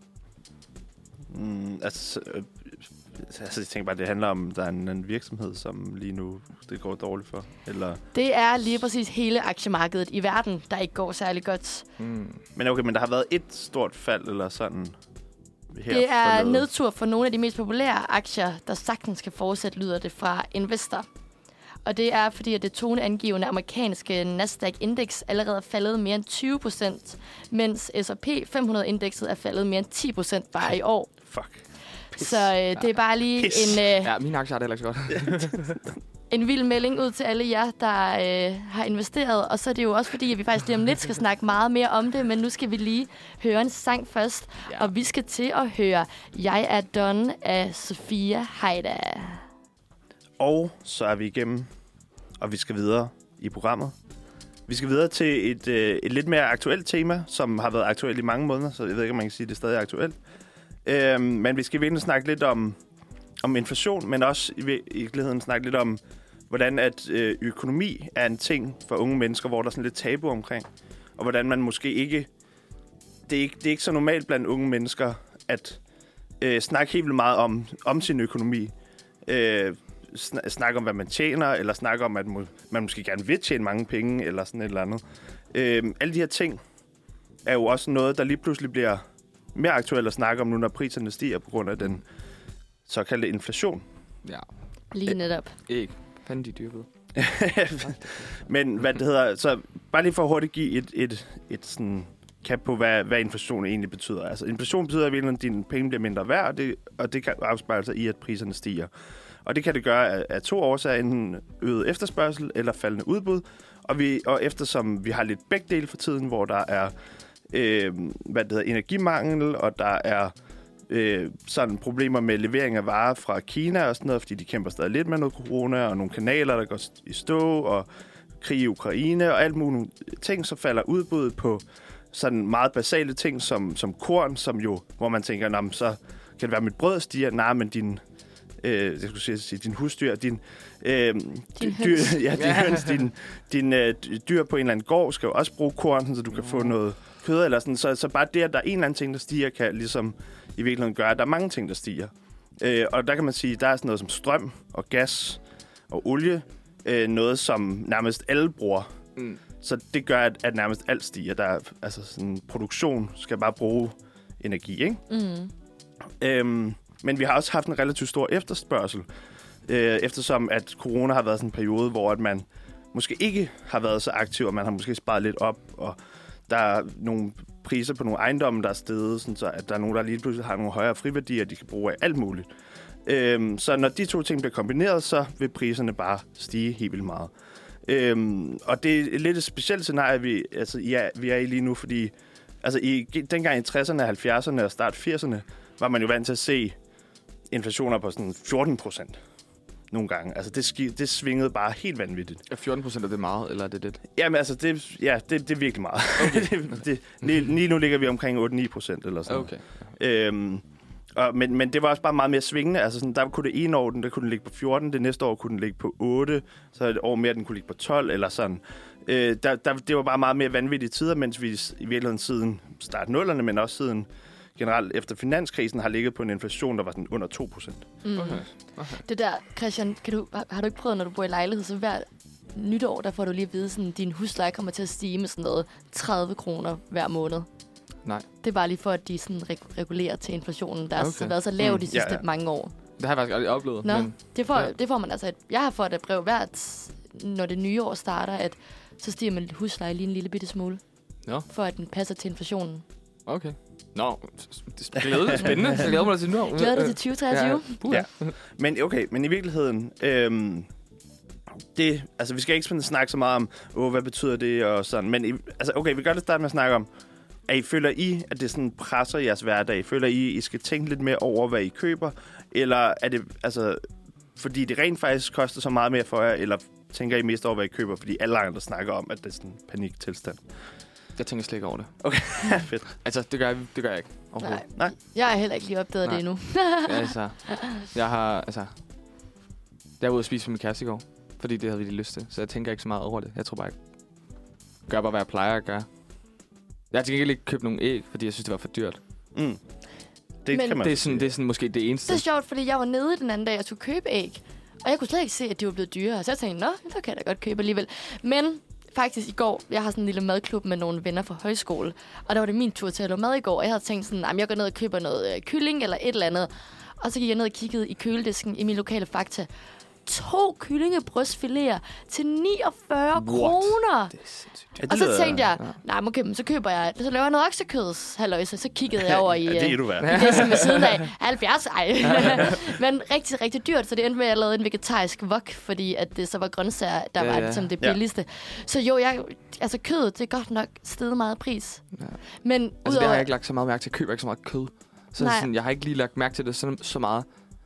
Mm, altså, øh, altså, jeg tænker bare, det handler om, der er en, en virksomhed, som lige nu det går dårligt for. Eller... Det er lige præcis hele aktiemarkedet i verden, der ikke går særlig godt. Mm. Men okay, men der har været et stort fald, eller sådan... Her Det er forleden. nedtur for nogle af de mest populære aktier, der sagtens kan fortsætte, lyder det fra Investor. Og det er, fordi at det toneangivende amerikanske Nasdaq-indeks allerede er faldet mere end tyve procent, mens S og P fem hundrede-indekset er faldet mere end ti procent bare i år. Fuck. Pis. Så øh, det er bare lige Pis. en, øh, Ja, mine aktier har det heller ikke så godt. en vild melding ud til alle jer, der øh, har investeret. Og så er det jo også fordi, at vi faktisk lige om lidt skal snakke meget mere om det, men nu skal vi lige høre en sang først. Ja. Og vi skal til at høre Jeg er Don af Sofia Heida. Og så er vi igennem, og vi skal videre i programmet. Vi skal videre til et, øh, et lidt mere aktuelt tema, som har været aktuelt i mange måneder, så jeg ved ikke, om man kan sige, at det er stadig aktuelt. Øhm, men vi skal virkelig snakke lidt om, om inflation, men også i, i virkeligheden snakke lidt om, hvordan at øh, økonomi er en ting for unge mennesker, hvor der er sådan lidt tabu omkring. Og hvordan man måske ikke... Det er ikke, det er ikke så normalt blandt unge mennesker, at øh, snakke helt vildt meget om, om sin økonomi. Øh, sn- snakke om, hvad man tjener, eller snakke om, at må, man måske gerne vil tjene mange penge, eller sådan et eller andet. Øh, alle de her ting er jo også noget, der lige pludselig bliver mere aktuelt at snakke om nu, når priserne stiger på grund af den såkaldte inflation. Ja, Lige netop. ikke. Fanden de dyre ved. Men hvad det hedder, så bare lige for at hurtigt give et, et, et sådan cap på, hvad, hvad inflation egentlig betyder. Altså inflation betyder i virkeligheden, at dine penge bliver mindre værd, og det, og det kan afspejle sig i, at priserne stiger. Og det kan det gøre af, af to årsager, enten øget efterspørgsel eller faldende udbud. Og, vi, og eftersom vi har lidt begge dele for tiden, hvor der er øh, hvad det hedder, energimangel, og der er øh, sådan problemer med levering af varer fra Kina og sådan noget, fordi de kæmper stadig lidt med noget corona, og nogle kanaler, der går i stå, og krig i Ukraine, og alt muligt ting, så falder udbuddet på sådan meget basale ting, som, som korn, som jo, hvor man tænker, nå, så kan det være, mit brød stiger, nej, men din, øh, jeg skulle sige, din husdyr, din, øh, Din dyr, høns. ja, din høns, din, din øh, dyr på en eller anden gård, skal jo også bruge korn, sådan, så du kan få noget kød, eller sådan, så, så bare det, at der er en eller anden ting, der stiger, kan ligesom i virkeligheden gøre, at der er mange ting, der stiger. Øh, og der kan man sige, der er sådan noget som strøm og gas og olie, øh, noget som nærmest alle bruger. Mm. Så det gør, at, at nærmest alt stiger. Der er, altså sådan, produktion skal bare bruge energi, ikke? Mm. Øhm, men vi har også haft en relativt stor efterspørgsel, øh, eftersom at corona har været sådan en periode, hvor at man måske ikke har været så aktiv, og man har måske sparet lidt op, og der er nogle priser på nogle ejendomme, der er steget, sådan så at der er nogen, der lige pludselig har nogle højere friværdier, de kan bruge af alt muligt. Øhm, så når de to ting bliver kombineret, så vil priserne bare stige helt vildt meget. Øhm, og det er lidt et specielt scenarie, vi, altså, ja, vi er i lige nu, fordi altså, i, dengang i tresserne, halvfjerdserne og start firserne, var man jo vant til at se inflationer på sådan fjorten procent nogle gange. Altså, det, ski, det svingede bare helt vanvittigt. Er fjorten procent af det meget, eller er det lidt? Jamen, altså, det, ja, det, det er virkelig meget. Okay. det, det, lige, lige nu ligger vi omkring otte til ni procent eller sådan Okay. øhm, og, men, men det var også bare meget mere svingende. Altså, sådan, der kunne det ene år, den, der kunne den ligge på fjorten, det næste år kunne den ligge på otte, så et år mere, den kunne ligge på tolv, eller sådan. Øh, der, der, det var bare meget mere vanvittige tider, mens vi i virkeligheden siden start nullerne, men også siden generelt efter finanskrisen har ligget på en inflation, der var sådan under to procent. Mm. Okay. Okay. Det der, Christian, kan du, har, har du ikke prøvet, når du bor i lejlighed, så hver nytår, der får du lige at vide, sådan, din husleje kommer til at stige med sådan noget tredive kroner hver måned. Nej. Det er bare lige for, at de sådan reg- regulerer til inflationen, der okay. Okay. har været så lav Mm, de sidste ja, ja. mange år. Det har jeg faktisk aldrig oplevet. Nå, Men det, får, ja. det får man altså. Et, jeg har fået et brev hvert når det nye år starter, at så stiger man husleje lige en lille bitte smule. Ja. For at den passer til inflationen. Okay. Nå, det er glæder, spændende. Jeg glæder mig til nu. Glæder dig til tyve treogtyve? Ja. ja. Men okay, men i virkeligheden, øhm, det, altså vi skal ikke sådan snakke så meget om, åh, hvad betyder det og sådan, men i, altså okay, vi gør det starte med at snakke om, at I føler I, at det sådan presser jeres hverdag? Føler I, I skal tænke lidt mere over, hvad I køber? Eller er det, altså, fordi det rent faktisk koster så meget mere for jer, eller tænker I mest over, hvad I køber, fordi alle andre snakker om, at det er sådan en paniktilstand? Jeg tænker slet ikke over det. Okay, fedt. Altså, det gør jeg, det gør jeg ikke. Nej. Nej. Jeg har heller ikke lige opdaget Nej. det endnu. Ja, altså, jeg har, altså... Jeg var ude at spise med min kæreste i går, fordi det havde vi lige lyst til. Så jeg tænker ikke så meget over det. Jeg tror bare, jeg gør bare, hvad jeg plejer at gøre. Jeg har til gengæld ikke købt nogen æg, fordi jeg synes, det var for dyrt. Mm. Det Men kan man Det er, sådan, det er sådan måske det eneste. Det er sjovt, fordi jeg var nede den anden dag og skulle købe æg. Og jeg kunne slet ikke se, at de var blevet dyrere. Så jeg tænkte, nå, så kan jeg da godt købe alligevel. Men faktisk i går, jeg har sådan en lille madklub med nogle venner fra højskole. Og der var det min tur til at lave mad i går. Og jeg havde tænkt sådan, jeg går ned og køber noget øh, kylling eller et eller andet. Og så gik jeg ned og kiggede i køledisken i min lokale Fakta. To kyllingebrystfiléer til niogfyrre kroner. Det er sindssygt. Ja, Og så lyder- tænkte jeg, ja. nej, okay, men så køber jeg, så laver jeg noget oksekøds, halløjse. Så kiggede jeg over i Ja, det er øh, du værd. i det, som ved siden af halvfjerds, ej. Men rigtig, rigtig dyrt, så det endte med, at jeg lavede en vegetarisk wok, fordi at det så var grøntsager, der Ja, var ja. det, som det Ja. billigste. Så jo, jeg, altså kødet, det er godt nok steget meget pris. Ja. Men Altså, det udover, har jeg ikke lagt så meget mærke til. Jeg køber ikke så meget kød. Så Nej. sådan, jeg har ikke lige lagt mærke til det så, så meget.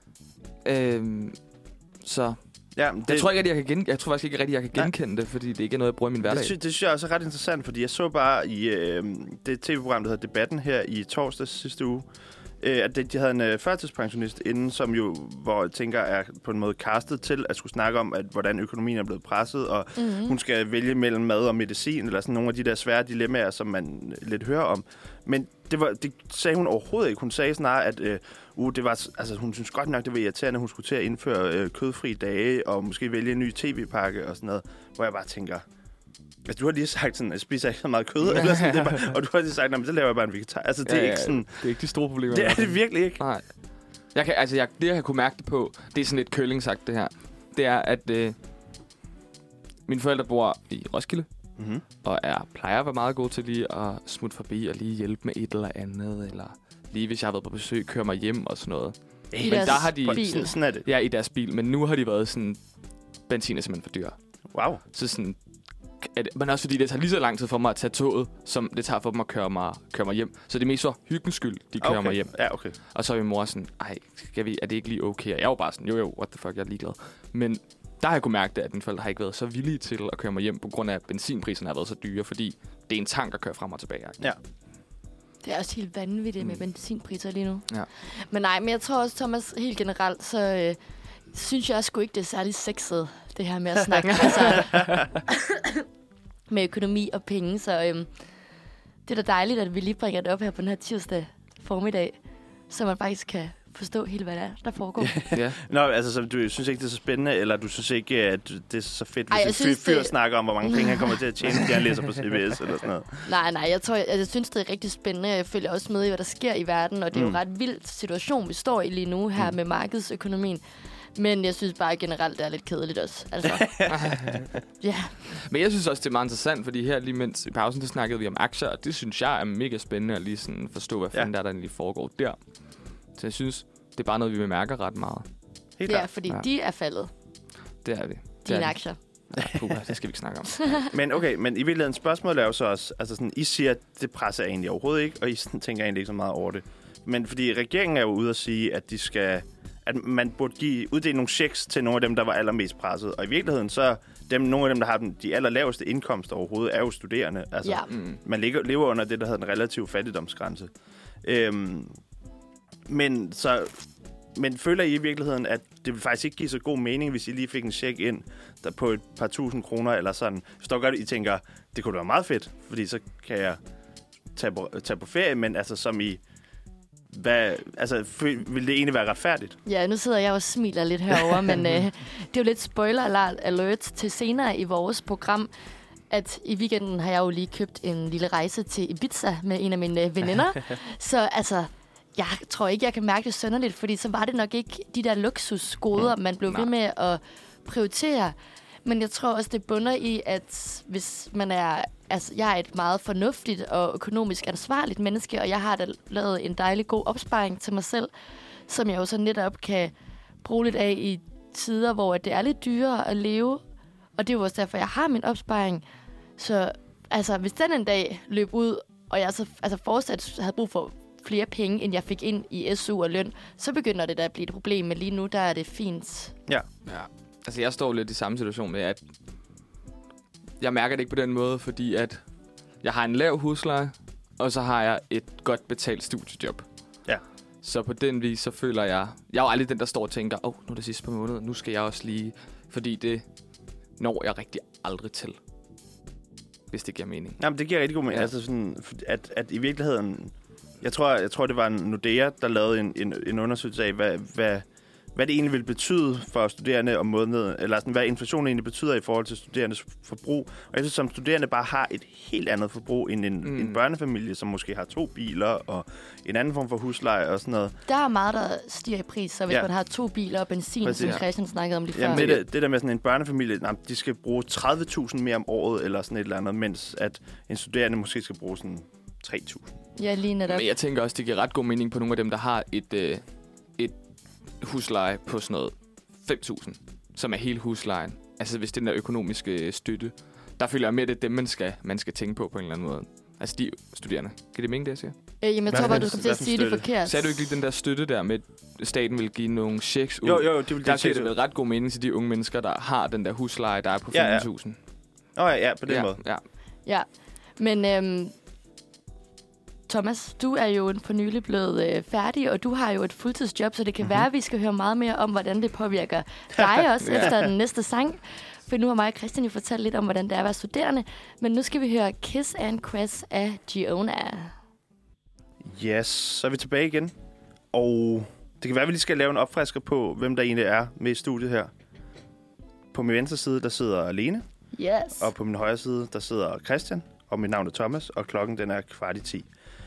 Øhm, så Ja, det, jeg tror ikke, at jeg kan gen... jeg tror faktisk ikke rigtig, at jeg kan genkende det, fordi det ikke er noget, jeg bruger i min hverdag. Det, sy- det synes jeg også er ret interessant, fordi jeg så bare i øh, det tv-program, der hedder Debatten her i torsdags sidste uge, øh, at de, de havde en øh, førtidspensionist inden, som jo, hvor jeg tænker, er på en måde castet til at skulle snakke om, at hvordan økonomien er blevet presset, og mm-hmm. hun skal vælge mellem mad og medicin, eller sådan nogle af de der svære dilemmaer, som man lidt hører om. Men det, var, det sagde hun overhovedet ikke. Hun sagde snarere, at øh, uh, det var, altså, hun synes godt nok, det var irriterende, at hun skulle til at indføre øh, kødfri dage, og måske vælge en ny tv-pakke og sådan noget, hvor jeg bare tænker, altså, du har lige sagt sådan, at jeg spiser ikke så meget kød, eller sådan, det er bare, og du har lige sagt, at så laver jeg bare en vegetar. Altså, det Ja, er ja, ikke sådan... Det er ikke de store problemer. Det er det virkelig ikke. Nej. Jeg kan, altså, jeg, det, jeg har kunne mærke det på, det er sådan lidt kølingsagt, det her. Det er, at øh, mine forældre bor i Roskilde, Mm-hmm. og er, plejer at være meget gode til lige at smutte forbi og lige hjælpe med et eller andet, eller lige hvis jeg har været på besøg, køre mig hjem og sådan noget. I Men deres der har de... bil. Sådan, sådan er det. Ja, i deres bil, men nu har de været sådan, benzin er simpelthen for dyr. Wow. Så sådan, at, men også fordi det tager lige så lang tid for mig at tage toget, som det tager for dem at køre mig, køre mig hjem. Så det er mest så hyggens skyld, de kører Okay. mig hjem. Ja, okay. Og så er min mor sådan, ej, skal vi, er det ikke lige okay? Og jeg var bare sådan, jo jo, what the fuck, jeg er ligeglad. Men der har jeg kunne mærke det, at mine forældre har ikke været så villige til at køre mig hjem, på grund af, at benzinpriserne har været så dyre, fordi det er en tank at køre frem og tilbage. Ja. Det er også helt vanvittigt Mm. med benzinpriser lige nu. Ja. Men nej, men jeg tror også, Thomas, helt generelt, så øh, synes jeg sgu ikke, det er særlig sexet, det her med at snakke altså, med økonomi og penge. Så øh, det er da dejligt, at vi lige bringer det op her på den her tirsdag formiddag, så man faktisk kan forstå helt, hvad det er, der foregår. Ja. Nå, altså, så du synes ikke, det er så spændende, eller du synes ikke, at det er så fedt, Ej, jeg hvis en synes, fyr, fyr det- snakker om, hvor mange penge han kommer til at tjene, fordi han læser på C B S eller sådan noget? Nej, nej, jeg, tror, jeg, jeg synes, det er rigtig spændende. Jeg følger også med i, hvad der sker i verden, og det er jo Mm. en ret vild situation, vi står i lige nu her Mm. med markedsøkonomien. Men jeg synes bare generelt, det er lidt kedeligt også. Altså, ja. Men jeg synes også, det er meget interessant, fordi her lige mens i pausen, der snakkede vi om aktier, og det synes jeg er mega spændende at lige sådan forstå, hvad fanden Ja. der, der egentlig foregår der. Så jeg synes, det er bare noget, vi bemærker ret meget. Helt Ja, klart. fordi Ja. de er faldet, Det er det. Det dine er det. aktier. Puh, det skal vi ikke snakke om. Men okay, men i virkeligheden spørgsmålet er jo så også, altså sådan, I siger, at det presser egentlig overhovedet ikke, og I sådan, tænker egentlig ikke så meget over det. Men fordi regeringen er jo ude at sige, at de skal, at man burde give, uddele nogle checks til nogle af dem, der var allermest presset. Og i virkeligheden så, dem, nogle af dem, der har den, de allerlaveste indkomster overhovedet, er jo studerende. Altså, Ja. Mm. man ligger, lever under det, der hedder den relative fattigdomsgrænse. Øhm, men så... Men føler I i virkeligheden, at det vil faktisk ikke give så god mening, hvis I lige fik en check ind der på et par tusind kroner eller sådan? Jeg forstår godt, at I tænker, det kunne da være meget fedt, fordi så kan jeg tage på, tage på ferie, men altså som I... Hvad, altså, føl- vil det egentlig være retfærdigt? Ja, nu sidder jeg og smiler lidt herover, men øh, det er jo lidt spoiler alert til senere i vores program, at i weekenden har jeg jo lige købt en lille rejse til Ibiza med en af mine øh, veninder. Så altså, jeg tror ikke, jeg kan mærke det sønderligt, fordi så var det nok ikke de der luksusgoder, man blev Nej. ved med at prioritere. Men jeg tror også, det bunder i, at hvis man er... Altså, jeg er et meget fornuftigt og økonomisk ansvarligt menneske, og jeg har da lavet en dejlig god opsparing til mig selv, som jeg jo så netop kan bruge lidt af i tider, hvor det er lidt dyrere at leve. Og det er jo også derfor, jeg har min opsparing. Så altså, hvis den en dag løb ud, og jeg så altså, fortsat havde brug for flere penge, end jeg fik ind i S U og løn, så begynder det da at blive et problem. Men lige nu, der er det fint. Ja. Ja. Altså, jeg står lidt i samme situation med, at jeg mærker det ikke på den måde, fordi at jeg har en lav husleje, og så har jeg et godt betalt studiejob. Ja. Så på den vis, så føler jeg... Jeg er jo aldrig den, der står og tænker, åh, oh, nu er det sidste på måneden, nu skal jeg også lige... Fordi det når jeg rigtig aldrig til. Hvis det giver mening. Jamen, det giver rigtig god mening. Ja. Altså sådan, at, at i virkeligheden... Jeg tror, jeg tror, det var en Nordea, der lavede en, en, en undersøgelse af, hvad, hvad, hvad det egentlig vil betyde for studerende om måneden, eller sådan, hvad inflationen egentlig betyder i forhold til studerendes forbrug. Og jeg synes, som studerende bare har et helt andet forbrug end en, mm. en børnefamilie, som måske har to biler og en anden form for husleje og sådan noget. Der er meget, der stiger i pris, så hvis ja. man har to biler og benzin, Præcis. som Christian snakkede om lige før. Jamen, det, der, det der med sådan en børnefamilie, nej, de skal bruge tredive tusind mere om året, eller sådan et eller andet, mens at en studerende måske skal bruge sådan tre tusind. Ja, lige netop. Men jeg tænker også, det giver ret god mening på nogle af dem, der har et, øh, et husleje på sådan noget fem tusind, som er hele huslejen. Altså hvis det er den der økonomiske støtte, der føler jeg med, at det er dem, man skal, man skal tænke på på en eller anden måde. Altså de studerende. Kan det mening, det jeg siger? Øh, jamen, jeg tror bare, du skal til at sige det forkert. Sagde du ikke lige den der støtte der med, at staten vil give nogle checks ud? Jo, jo, det vil der giver det vel ret god mening til de unge mennesker, der har den der husleje, der er på fem tusind. Åh ja, ja, på den ja, måde. Ja, ja. Men øhm, Thomas, du er jo for nylig blevet øh, færdig, og du har jo et fuldtidsjob, så det kan mm-hmm. være, at vi skal høre meget mere om, hvordan det påvirker dig også ja. efter den næste sang. For nu har mig og Christian jo fortalt lidt om, hvordan det er at være studerende. Men nu skal vi høre Kiss and Quest af Giona. Yes, så er vi tilbage igen. Og det kan være, at vi lige skal lave en opfrisker på, hvem der egentlig er med i studiet her. På min venstre side, der sidder Lene. Yes. Og på min højre side, der sidder Christian. Og mit navn er Thomas, og klokken den er kvart i ti.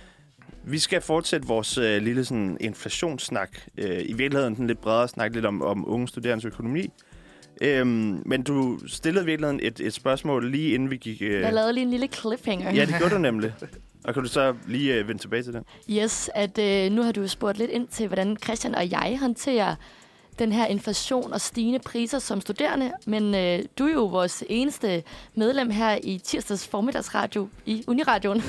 Vi skal fortsætte vores øh, lille sådan, inflationssnak. Øh, I virkeligheden den lidt bredere snak lidt om, om unge studerendes økonomi. Øhm, men du stillede i virkeligheden et, et spørgsmål lige inden vi gik... Øh... Jeg lavede lige en lille cliffhanger. Ja, det gjorde du nemlig. Og kan du så lige øh, vende tilbage til den? Yes, at øh, nu har du spurgt lidt ind til, hvordan Christian og jeg håndterer den her inflation og stigende priser som studerende. Men øh, du er jo vores eneste medlem her i tirsdags formiddagsradio i Uniradioen,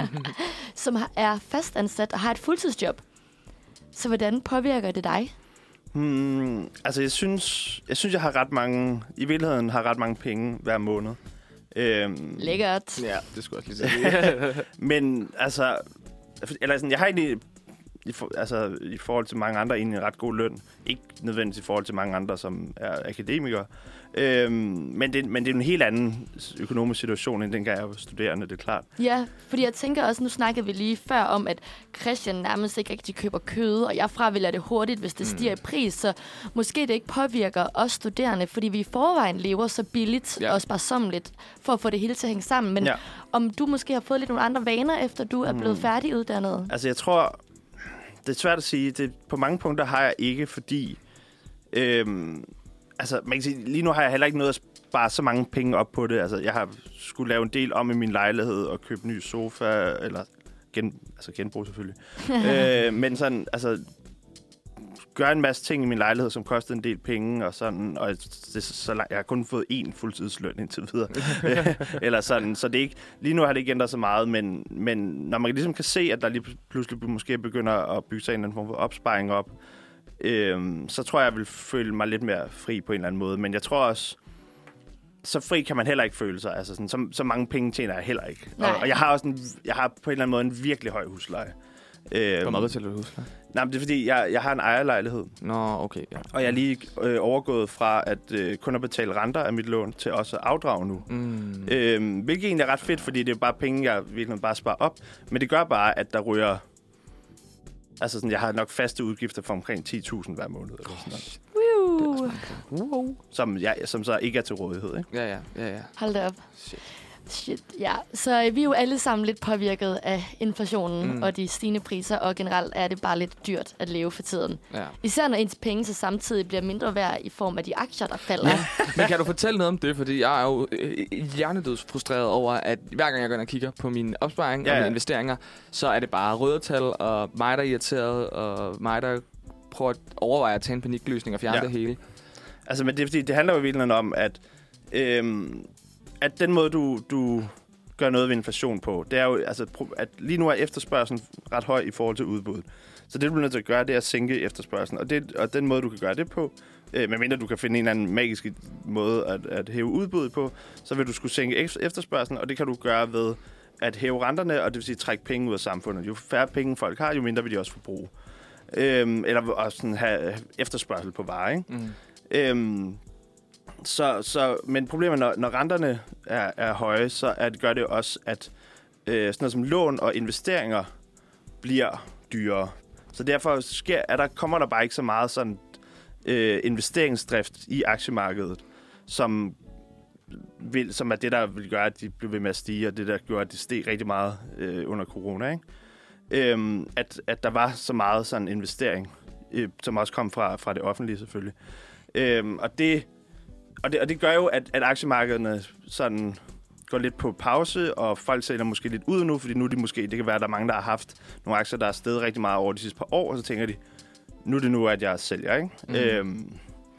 som er fastansat og har et fuldtidsjob. Så hvordan påvirker det dig? Hmm, altså, jeg synes, jeg synes, jeg har ret mange... I virkeligheden har ret mange penge hver måned. Øhm, Lækkert. Ja, det skulle jeg også lige sige. Men altså... Eller sådan, jeg har egentlig... I, for, altså, i forhold til mange andre, egentlig en ret god løn. Ikke nødvendigvis i forhold til mange andre, som er akademikere. Øhm, men, det, men det er en helt anden økonomisk situation, end dengang jeg var studerende, det er klart. Ja, fordi jeg tænker også, nu snakkede vi lige før om, at Christian nærmest ikke rigtig køber kød, og jeg fravælger det hurtigt, hvis det stiger mm. i pris, så måske det ikke påvirker os studerende, fordi vi i forvejen lever så billigt ja. og sparsommeligt for at få det hele til at hænge sammen. Men ja. om du måske har fået lidt nogle andre vaner, efter du er blevet mm. færdiguddannet? Altså, jeg tror... Det er svært at sige. Det, på mange punkter har jeg ikke, fordi... Øhm, altså, man kan sige, lige nu har jeg heller ikke noget at spare så mange penge op på det. Altså, jeg har skulle lave en del om i min lejlighed og købe ny sofa, eller gen, altså genbrug selvfølgelig. øh, men sådan, altså... Gør en masse ting i min lejlighed, som kostede en del penge, og sådan, og det, så jeg har kun fået én fuldtidsløn indtil videre. Eller sådan, så det er ikke, lige nu har det ikke ændret så meget, men, men når man ligesom kan se, at der lige pludselig måske begynder at bygge sig en eller anden form for opsparing op, øhm, så tror jeg, jeg vil føle mig lidt mere fri på en eller anden måde. Men jeg tror også, så fri kan man heller ikke føle sig. Altså sådan, så, så mange penge tjener jeg heller ikke. Og, og jeg har også en, jeg har på en eller anden måde en virkelig høj husleje. Hvor meget betaler du husleje? Nej, men det er fordi, jeg, jeg har en ejerlejlighed. Nå, okay. Ja. Og jeg er lige øh, overgået fra at øh, kun at betale renter af mit lån til også at afdrage nu. Mm. Øhm, hvilket egentlig er ret fedt, fordi det er bare penge, jeg virkelig bare sparer op. Men det gør bare, at der ryger... Altså sådan, jeg har nok faste udgifter for omkring ti tusind hver måned. Eller sådan noget. Wow. Som, ja, som så ikke er til rådighed, ikke? Ja, ja, ja, ja. Hold da op. Shit. Shit, ja. Så øh, vi er jo alle sammen lidt påvirket af inflationen mm. og de stigende priser, og generelt er det bare lidt dyrt at leve for tiden. Ja. Især når ens penge så samtidig bliver mindre værd i form af de aktier, der falder. Ja. Men kan du fortælle noget om det? Fordi jeg er jo øh, hjernedødsfrustreret over, at hver gang jeg går ind og kigger på min opsparing ja, og mine ja. investeringer, så er det bare røde tal, og mig, der er irriteret, og mig, der prøver at overveje at tage en panikløsning og fjerne ja. det hele. Altså, men det, er, fordi det handler jo virkelig om, at, øhm, at den måde, du, du gør noget ved inflation på, det er jo, altså, at lige nu er efterspørgselen ret høj i forhold til udbuddet. Så det, du bliver nødt til at gøre, det er at sænke efterspørgselen. Og, det, og den måde, du kan gøre det på, øh, medmindre du kan finde en eller anden magisk måde at, at hæve udbuddet på, så vil du skulle sænke efterspørgselen, og det kan du gøre ved at hæve renterne, og det vil sige trække penge ud af samfundet. Jo færre penge folk har, jo mindre vil de også forbruge. Øhm, eller også sådan have efterspørgsel på varer, ikke? Mm. Øhm, så, så, men problemet, når, når renterne er, er høje, så er det, gør det også, at øh, sådan noget som lån og investeringer bliver dyrere. Så derfor sker, er der, kommer der bare ikke så meget sådan, øh, investeringsdrift i aktiemarkedet, som, vil, som er det, der vil gøre, at de bliver ved med at stige, og det, der gjorde, at de steg rigtig meget øh, under corona, ikke? Øhm, at, at der var så meget sådan investering, øh, som også kom fra, fra det offentlige selvfølgelig. Øhm, og, det, og, det, og det gør jo, at, at aktiemarkederne sådan går lidt på pause, og folk sælger måske lidt ud nu, fordi nu er de måske, det kan være, at der er mange, der har haft nogle aktier, der er steget rigtig meget over de sidste par år, og så tænker de, nu er det nu, at jeg sælger, ikke? Mm. Øhm,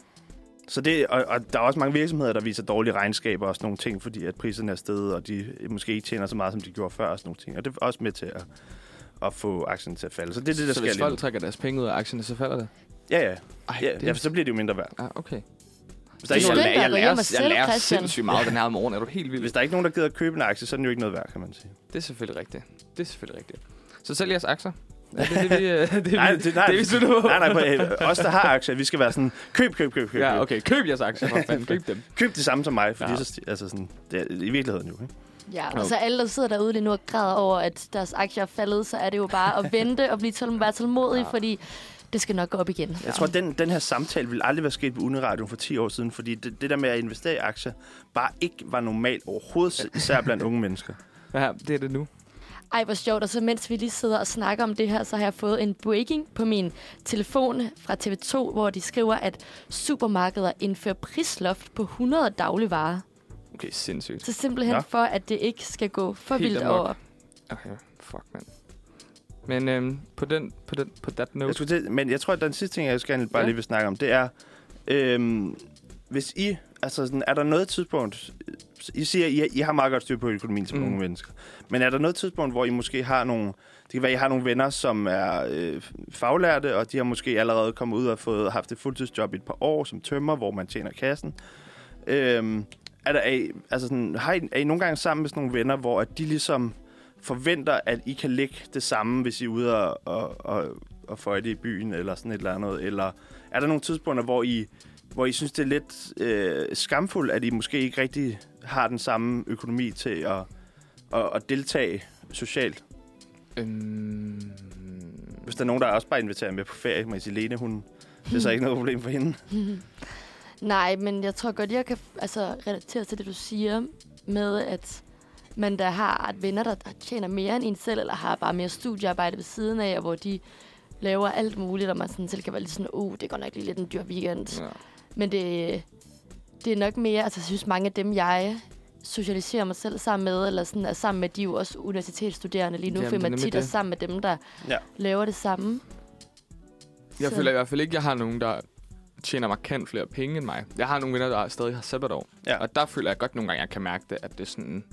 så det, og, og der er også mange virksomheder, der viser dårlige regnskaber og sådan nogle ting, fordi at priserne er steget, og de måske ikke tjener så meget, som de gjorde før og sådan nogle ting. Og det er også med til at at få aktierne til at falde. Så det er det, der så sker. Så hvis folk trækker deres penge ud af aktierne, så falder det? Ja, ja. Ej, ja, det... ja, for så bliver det jo mindre værd. Ah, okay. Hvis der er ikke nogen, jeg, jeg, jeg lærer, jeg lærer sindssygt meget den her morgen. Er du helt vild? Hvis der er ikke nogen, der gider at købe en aktie, så er den jo ikke noget værd, kan man sige. Det er selvfølgelig rigtigt. Det er selvfølgelig rigtigt. Så sælg jeres aktier. Ja, det er det, vi, det, nej, det, nej, det, vi slutter på. Nej, nej, nej, os, der har aktier, vi skal være sådan, køb, køb, køb, køb. Ja, okay, køb jeres aktier, for fanden, køb dem. Køb det samme som mig, fordi ja. så, altså sådan, det er i virkeligheden jo, ikke? Ja, og så alle, der sidder derude lige nu og græder over, at deres aktier er faldet, så er det jo bare at vente og blive tål- være tålmodig, ja. fordi det skal nok gå op igen. Jeg tror, den, den her samtale ville aldrig være sket på Uniradio for ti år siden, fordi det, det der med at investere i aktier bare ikke var normalt overhovedet, især blandt unge mennesker. Ja, det er det nu. Ej, hvor sjovt. Og så mens vi lige sidder og snakker om det her, så har jeg fået en breaking på min telefon fra T V to, hvor de skriver, at supermarkeder indfører prisloft på hundrede dagligvarer. Okay, sindssygt. Så simpelthen ja. for, at det ikke skal gå for Helt vildt over. Okay, fuck, mand. Men øhm, på den, på den, på that note... Jeg skulle til, men jeg tror, at den sidste ting, jeg skal bare ja. lige vil snakke om, det er, øhm, hvis I, altså sådan, er der noget tidspunkt, I siger, I, I har meget godt styr på økonomien som mm. unge mennesker, men er der noget tidspunkt, hvor I måske har nogle, det kan være, I har nogle venner, som er øh, faglærte, og de har måske allerede kommet ud og fået haft et fuldtidsjob i et par år som tømrer, hvor man tjener kassen. Øhm, er der, er I, altså sådan, har I, er I nogle gange sammen med sådan nogle venner, hvor at de ligesom forventer, at I kan lægge det samme, hvis I er ude og, og, og, og få det i byen, eller sådan et eller andet? Eller er der nogle tidspunkter, hvor I, hvor I synes, det er lidt øh, skamfuldt, at I måske ikke rigtig har den samme økonomi til at, at, at deltage socialt? Øhm... Hvis der er nogen, der også bare inviterer med på ferie, med Helene, hun, det er så ikke noget problem for hende. Nej, men jeg tror godt, jeg kan altså, relatere til det, du siger, med at man der har et venner, der tjener mere end en selv, eller har bare mere studiearbejde ved siden af, hvor de laver alt muligt, og man sådan selv kan være lidt sådan, uh, det går nok lige lidt en dyr weekend. Ja. Men det, det er nok mere, altså jeg synes mange af dem, jeg socialiserer mig selv sammen med, eller sådan er sammen med, de er jo også universitetsstuderende lige nu, fordi man tit er sammen med dem, der ja. laver det samme. Jeg Så. føler i hvert fald ikke, jeg har nogen, der tjener markant flere penge end mig. Jeg har nogle venner, der stadig har sabbatår. Ja. Og der føler jeg godt nogle gange, jeg kan mærke det, at det er sådan,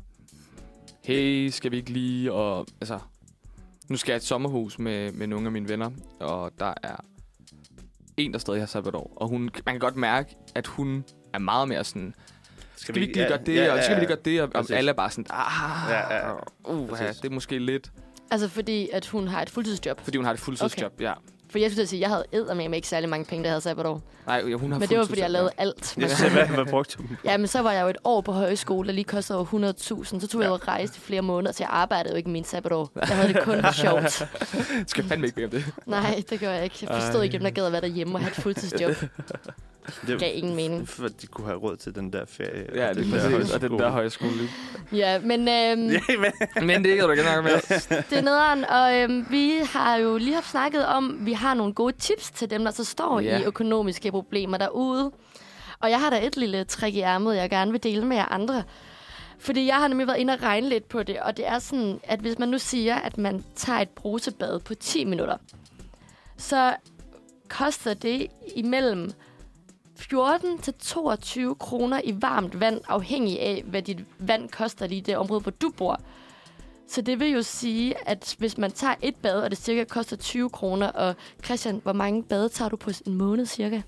hey, skal vi ikke lige, og altså, nu skal jeg et sommerhus med, med nogle af mine venner, og der er en, der stadig har sabbatår. Og hun, man kan godt mærke, at hun er meget mere sådan, skal vi ikke lige ja, gøre det, ja, ja, og skal vi lige gøre det, og, og alle er bare sådan, ah, ja, ja, uh, ja, det er måske lidt. Altså fordi, at hun har et fuldtidsjob? Fordi hun har et fuldtidsjob, okay. ja. For jeg skulle sige, at jeg havde eddermame ikke særlig mange penge, der havde sabbatår. Nej, ja, hun har men det var, fordi jeg lavede ja. alt. Ja. Hvad, hvad brugte du? Ja, men så var jeg jo et år på højskole, der lige kostede over hundrede tusind. Så tog ja. jeg jo rejse i flere måneder, så jeg arbejdede jo ikke min sabbatår. Jeg havde det kun sjovt. Skal fandme ikke bede om det. Nej, det gør jeg ikke. Jeg forstod ikke, dem der gad at være derhjemme og have et fuldtidsjob. Det gav ingen mening. For at de kunne have råd til den der ferie. Ja, og det den er der præcis. Og den der højskole. Ja, men... Øhm, Men det kan du ikke snakke med. Det er nederen, og øhm, vi har jo lige haft snakket om, vi har nogle gode tips til dem, der så står Ja. i økonomiske problemer derude. Og jeg har da et lille trick i ærmet, jeg gerne vil dele med jer andre. Fordi jeg har nemlig været inde og regne lidt på det, og det er sådan, at hvis man nu siger, at man tager et brusebad på ti minutter, så koster det imellem fjorten til toogtyve kroner i varmt vand, afhængig af, hvad dit vand koster lige i det område, hvor du bor. Så det vil jo sige, at hvis man tager et bad, og det cirka koster tyve kroner, og Christian, hvor mange bade tager du på en måned cirka?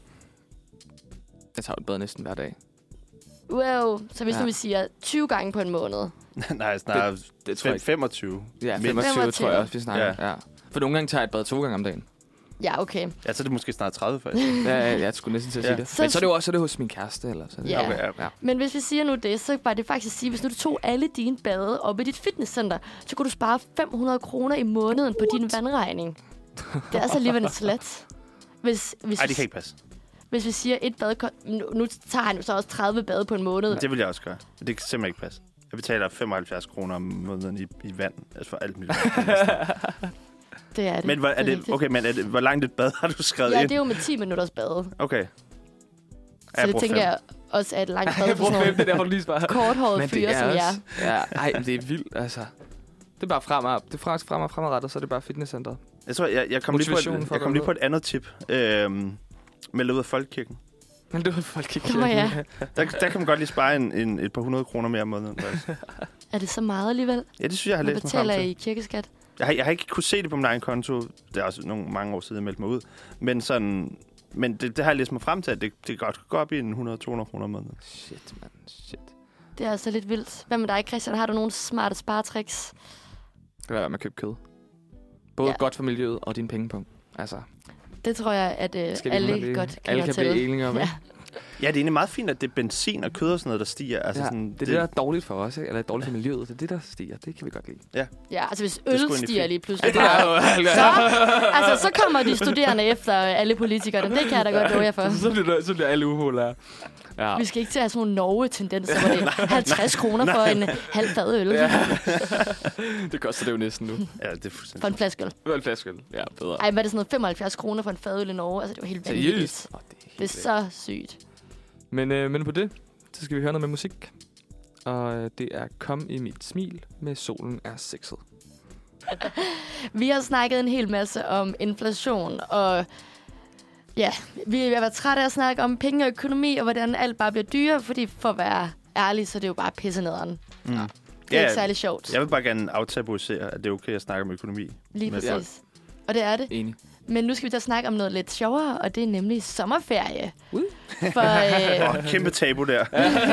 Jeg tager et bad næsten hver dag. Wow, så hvis Ja. nu vi siger tyve gange på en måned. Nej, snart Det, det tror jeg ikke. femogtyve. Ja, Mindst. femogtyve, femogtyve tror jeg også, vi snakker. Ja. Ja. For nogle gange tager jeg et bad to gange om dagen. Ja, okay. Ja, så er det måske snart tredive, faktisk. Ja, ja, jeg skulle næsten til at sige Ja. det. Så- Men så er det jo også så er det hos min kæreste. Eller sådan. Ja. Okay, ja. Ja. Men hvis vi siger nu det, så var det faktisk at sige, hvis nu du tog alle dine bade op i dit fitnesscenter, så kunne du spare fem hundrede kroner i måneden på din vandregning. Det er altså alligevel en slat. Hvis, hvis, Ej, det kan ikke passe. hvis vi siger et bad... ko- Nu, nu tager han jo så også tredive bade på en måned. Det vil jeg også gøre. Det kan simpelthen ikke passe. Jeg betaler femoghalvfjerds kroner om måneden i, i vand. Altså for alt mit vand. Det er det. Men hvor, er det det, rigtigt. okay, men er det, hvor langt et bad har du skrevet Ja, ind? det er jo med ti minutters bade. Okay. Så det bruger tænker fem. jeg også er et langt bad Jeg for bruger sådan fem, det der, hvor du lige svarer. nogle korthårede Men det fyre er som jer. også... Ja, ej, men det er vildt, altså. Det er bare fremad. Det er faktisk fremad fremadrettet, så er det bare fitnesscenteret. Jeg tror, jeg, jeg kom lige på Motivationen et, for jeg at kom gå lige på et andet tip. Øhm, meld dig ud af folkekirken. Men det var folk ikke. Nå ja. Der, der kan man godt lige spare en, en, et par hundrede kroner mere om måneden. Faktisk. Er det så meget alligevel? Ja, det synes jeg, jeg har Hvad læst mig frem betaler til. I kirkeskat? Jeg har, jeg har ikke kunne se det på min egen konto. Det er også nogle mange år siden, jeg meldte mig ud. Men, sådan, men det, det har jeg læst mig frem til, at det, det godt kan gå op i en hundrede til to hundrede kroner om måneden. Shit, man. Shit. Det er altså lidt vildt. Hvad med dig, Christian? Har du nogle smarte sparetricks? Det kan være med at købe kød. Både Ja. ja. godt for miljøet og din pengepunkt. Altså, Det tror jeg, at øh, skal vi alle blive- godt kender alle kan til. blive enige om, Ja. ikke? Ja, det er egentlig meget fint, at det er benzin og kød og sådan noget, der stiger. Altså, Ja, sådan, det er det, der er dårligt for os, ikke? Eller dårligt for miljøet. Det er det, der stiger. Det kan vi godt lide. Ja, altså hvis er øl sgu egentlig stiger fint. lige pludselig. det er jo... Så, altså, så kommer de studerende efter alle politikerne. Det kan jeg da godt love jer for. så, bliver der, så bliver alle upolære. Ja. Vi skal ikke til at have sådan nogle Norge-tendenser, hvor det er halvtreds kroner for en halv fad øl. Ja. Det koster det jo næsten nu. Ja, det er For fuldstændig. en flaske øl. Det var en flaske øl. Ja, bedre. Ej, hvad er det sådan noget femoghalvfjerds kroner for en fadøl i Norge? Altså, det var helt vanvittigt. Seriøst? Oh, det, er helt Det er så sygt. Men, øh, men på det, så skal vi høre noget med musik. Og øh, det er Kom i mit smil med Solen er sexet. Vi har snakket en hel masse om inflation, og ja, vi har været trætte af at snakke om penge og økonomi, og hvordan alt bare bliver dyrere, fordi for at være ærlig, så er det jo bare pissenederen. Mm. Det er Ja, ikke særlig sjovt. Jeg vil bare gerne aftabuisere, at det er okay at snakke om økonomi. Lige med præcis. Og det er det. Enig. Men nu skal vi da snakke om noget lidt sjovere, og det er nemlig sommerferie. Uh. For, øh, Åh, kæmpe tabu der.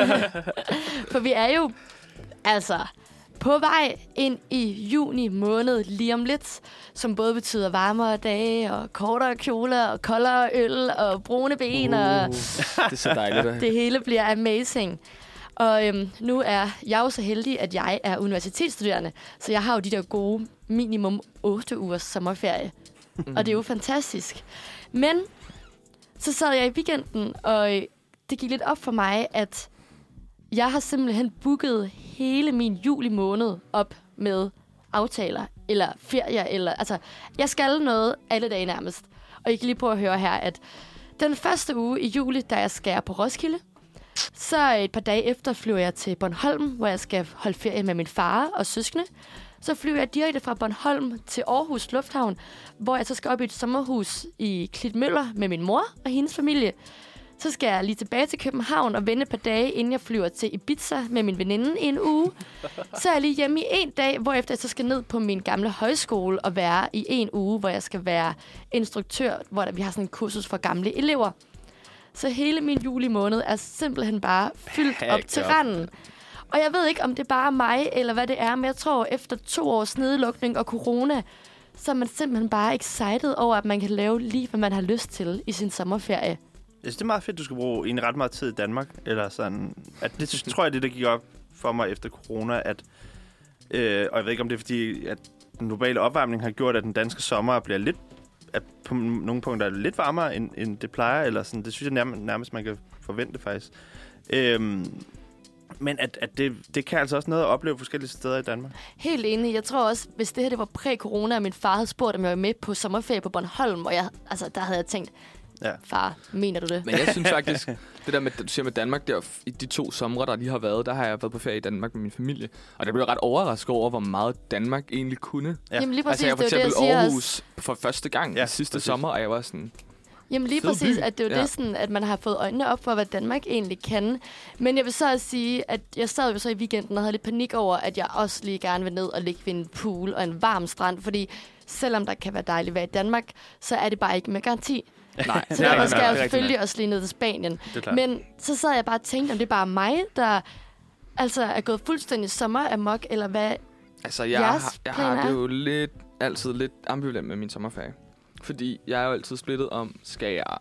for vi er jo altså på vej ind i juni måned lige om lidt, som både betyder varmere dage, og kortere kjoler, og koldere øl, og brune ben, uh. og Det er så dejligt. at- det hele bliver amazing. Og øhm, nu er jeg jo så heldig, at jeg er universitetsstuderende, så jeg har jo de der gode minimum otte ugers sommerferie. Mm. Og det er jo fantastisk. Men så sad jeg i weekenden, og øh, det gik lidt op for mig, at jeg har simpelthen booket hele min juli måned op med aftaler, eller ferier, eller altså, jeg skal noget alle dage nærmest. Og I kan lige prøve at høre her, at den første uge i juli, da jeg skal på Roskilde, så et par dage efter flyver jeg til Bornholm, hvor jeg skal holde ferie med min far og søskende. Så flyver jeg direkte fra Bornholm til Aarhus Lufthavn, hvor jeg så skal op i et sommerhus i Klitmøller med min mor og hendes familie. Så skal jeg lige tilbage til København og vente et par dage, inden jeg flyver til Ibiza med min veninde i en uge. Så er jeg lige hjemme i en dag, hvorefter jeg så skal ned på min gamle højskole og være i en uge, hvor jeg skal være instruktør, hvor der, vi har sådan en kursus for gamle elever. Så hele min juli måned er simpelthen bare fyldt op til randen. Og jeg ved ikke, om det er bare mig, eller hvad det er, men jeg tror, efter to års nedlukning og corona, så er man simpelthen bare excited over, at man kan lave lige, hvad man har lyst til i sin sommerferie. Jeg synes, det er meget fedt, du skal bruge egentlig ret meget tid i Danmark. Eller sådan, at det tror jeg, det der gik op for mig efter corona, at, øh, og jeg ved ikke, om det er fordi, at den globale opvarmning har gjort, at den danske sommer bliver lidt er på nogle punkter er lidt varmere, end, end det plejer. Eller sådan. Det synes jeg nærmest, nærmest, man kan forvente, faktisk. Øhm, men at, at det, det kan altså også noget at opleve forskellige steder i Danmark. Helt enig. Jeg tror også, hvis det her det var præ-corona, og min far havde spurgt, om jeg var med på sommerferie på Bornholm, og jeg, altså, der havde jeg tænkt, ja. Far, mener du det? Men jeg synes faktisk, det der med, du siger med Danmark, der i de to somre, der lige har været, der har jeg været på ferie i Danmark med min familie. Og der blev ret overrasket over, hvor meget Danmark egentlig kunne. Ja. Jamen lige præcis, altså jeg var for det eksempel det, jeg Aarhus også. for første gang ja, i sidste præcis. sommer, og jeg var sådan... Jamen lige præcis, at det er jo ja. det sådan, at man har fået øjnene op for, hvad Danmark egentlig kan. Men jeg vil så også sige, at jeg sad jo så i weekenden og havde lidt panik over, at jeg også lige gerne vil ned og ligge ved en pool og en varm strand. Fordi selvom der kan være dejligt at være i Danmark, så er det bare ikke med garanti. Nej. Så derfor skal jeg jo selvfølgelig også lige ned til Spanien. Men så sad jeg bare og tænkte, om det er bare mig, der altså er gået fuldstændig sommer amok, eller hvad altså, jeg har, jeg har det jo lidt, altid lidt ambivalent med min sommerferie. Fordi jeg er jo altid splittet om, skal jeg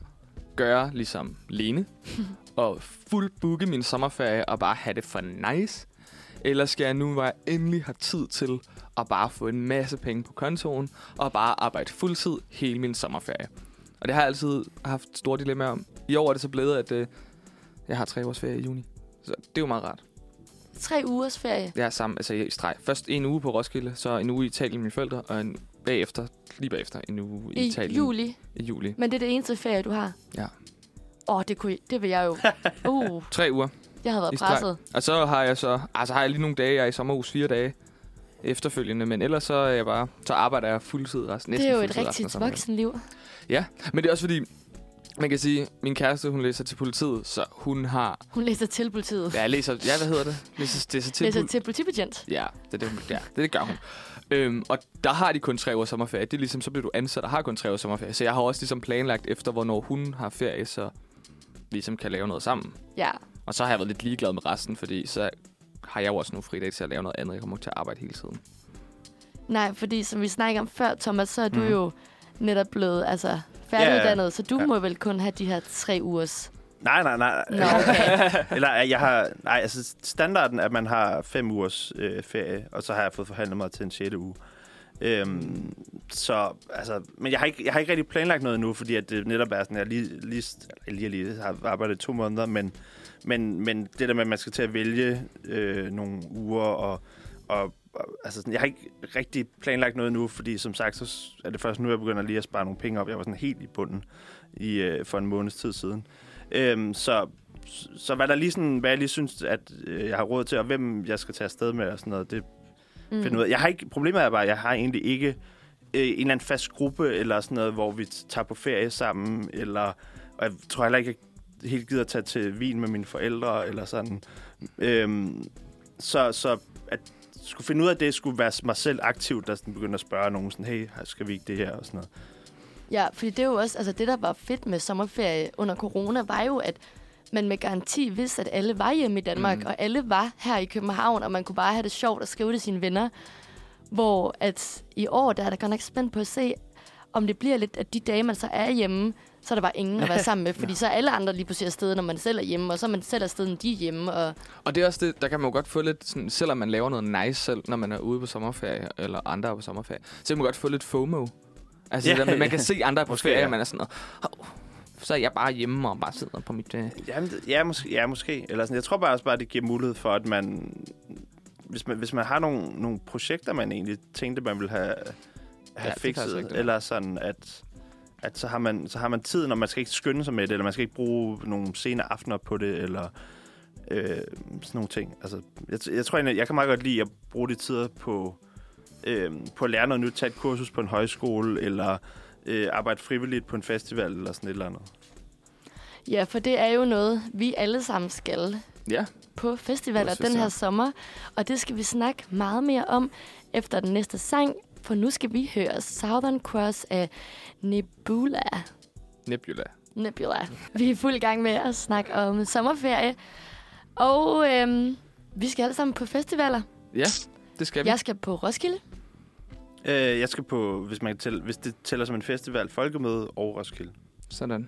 gøre ligesom Lene, og fuldbooke min sommerferie og bare have det for nice? Eller skal jeg nu, hvor jeg endelig har tid til at bare få en masse penge på kontoen, og bare arbejde fuldtid hele min sommerferie? Og det har jeg altid haft store dilemmaer om. I år er det så blevet, at øh, jeg har tre ugers ferie i juni. Så det er jo meget rart. Tre ugers ferie? Ja, sammen, altså i streg. Først en uge på Roskilde, så en uge i Italien med mine forældre, og en bagefter, lige bagefter, en uge i, I Italien. Juli? I juli. Men det er det eneste ferie, du har? Ja. Åh, oh, det, kunne, det vil jeg jo. Uh. Tre uger. Jeg havde været presset. Og så har jeg så, altså har jeg lige nogle dage, jeg er i sommerhus fire dage efterfølgende, men ellers så er jeg bare, så arbejder jeg fuldtid resten. Det er jo et rigtigt voksenliv. Ja, men det er også fordi, man kan sige, min kæreste, hun læser til politiet, så hun har... Hun læser til politiet? Ja, læser, ja hvad hedder det? Læser, læser til, læser til politibetjent? Ja, det, det, ja, det, det gør hun. Øhm, og der har de kun tre uger sommerferie. Det er ligesom, så bliver du ansat og har kun tre uger sommerferie. Så jeg har også ligesom planlagt efter, hvornår hun har ferie, så ligesom kan lave noget sammen. Ja. Og så har jeg været lidt ligeglad med resten, fordi så har jeg jo også nogle fridage til at lave noget andet. Jeg kommer ikke til at arbejde hele tiden. Nej, fordi som vi snakker om før, Thomas, så er du mm. jo netop blevet altså, færdiguddannet, ja, så du ja. må vel kun have de her tre ugers... Nej, nej, nej. Nå, okay. Eller jeg har... Nej, altså standarden er, at man har fem ugers øh, ferie, og så har jeg fået forhandlet mig til en sjette uge. Øhm, så, altså... Men jeg har, ikke, jeg har ikke rigtig planlagt noget nu, fordi at det netop er sådan, jeg lige, lige, lige, lige har arbejdet to måneder, men, men, men det der med, at man skal til at vælge øh, nogle uger, og, og, og altså sådan, jeg har ikke rigtig planlagt noget nu, fordi som sagt, så er det først nu, jeg begynder lige at spare nogle penge op. Jeg var sådan helt i bunden i, øh, for en måneds tid siden. Øhm, så, så hvad der lige sådan, hvad jeg lige synes, at øh, jeg har råd til, og hvem jeg skal tage afsted med og sådan noget, det mm. finder ud af. Jeg har ikke, problemet er bare, at jeg har egentlig ikke øh, en eller anden fast gruppe, eller sådan noget, hvor vi tager på ferie sammen, eller, og jeg tror heller ikke, at jeg helt gider at tage til Wien med mine forældre, eller sådan. Øhm, så, så at skulle finde ud af det, skulle være mig selv aktivt, der sådan begynder at spørge nogen sådan, hey, skal vi ikke det her, og sådan noget. Ja, fordi det er jo også, altså det der var fedt med sommerferie under corona, var jo, at man med garanti vidste, at alle var hjemme i Danmark, mm. og alle var her i København, og man kunne bare have det sjovt og skrive til sine venner. Hvor at i år, der er der godt nok spændt på at se, om det bliver lidt, at de dage, man så er hjemme, så er der bare ingen at være sammen med, fordi ja. så er alle andre lige pludselig afsted, når man selv er hjemme, og så er man selv afsted, når de er hjemme. Og, og det er også det, der kan man jo godt få lidt, sådan, selvom man laver noget nice selv, når man er ude på sommerferie, eller andre er på sommerferie, så kan man godt få lidt FOMO. Altså, yeah, der, man kan se andre på ferie, og man er sådan noget, oh, så er jeg bare hjemme og bare sidder på mit... Uh... Jamen, ja, måske, ja, måske. Eller sådan. Jeg tror bare også bare, at det giver mulighed for, at man... Hvis man, hvis man har nogle, nogle projekter, man egentlig tænkte, man ville have, have ja, fikset, eller sådan, at, at så, har man, så har man tid, når man skal ikke skynde sig med det, eller man skal ikke bruge nogle sene aftener på det, eller øh, sådan nogle ting. Altså, jeg, jeg tror egentlig, jeg kan meget godt lide at bruge de tider på... Øh, på at lære noget nyt, tage et kursus på en højskole, eller øh, arbejde frivilligt på en festival, eller sådan et eller andet. Ja, for det er jo noget, vi alle sammen skal ja. på festivaler den her sommer. Og det skal vi snakke meget mere om efter den næste sang, for nu skal vi høre Southern Cross af Nebula. Nebula. Nebula. Vi er fuld gang med at snakke om sommerferie. Og øhm, vi skal alle sammen på festivaler. Ja. Det skal vi. Jeg skal på Roskilde. Øh, jeg skal på, hvis, man tæller, hvis det tæller som en festival, Folkemøde og Roskilde. Sådan.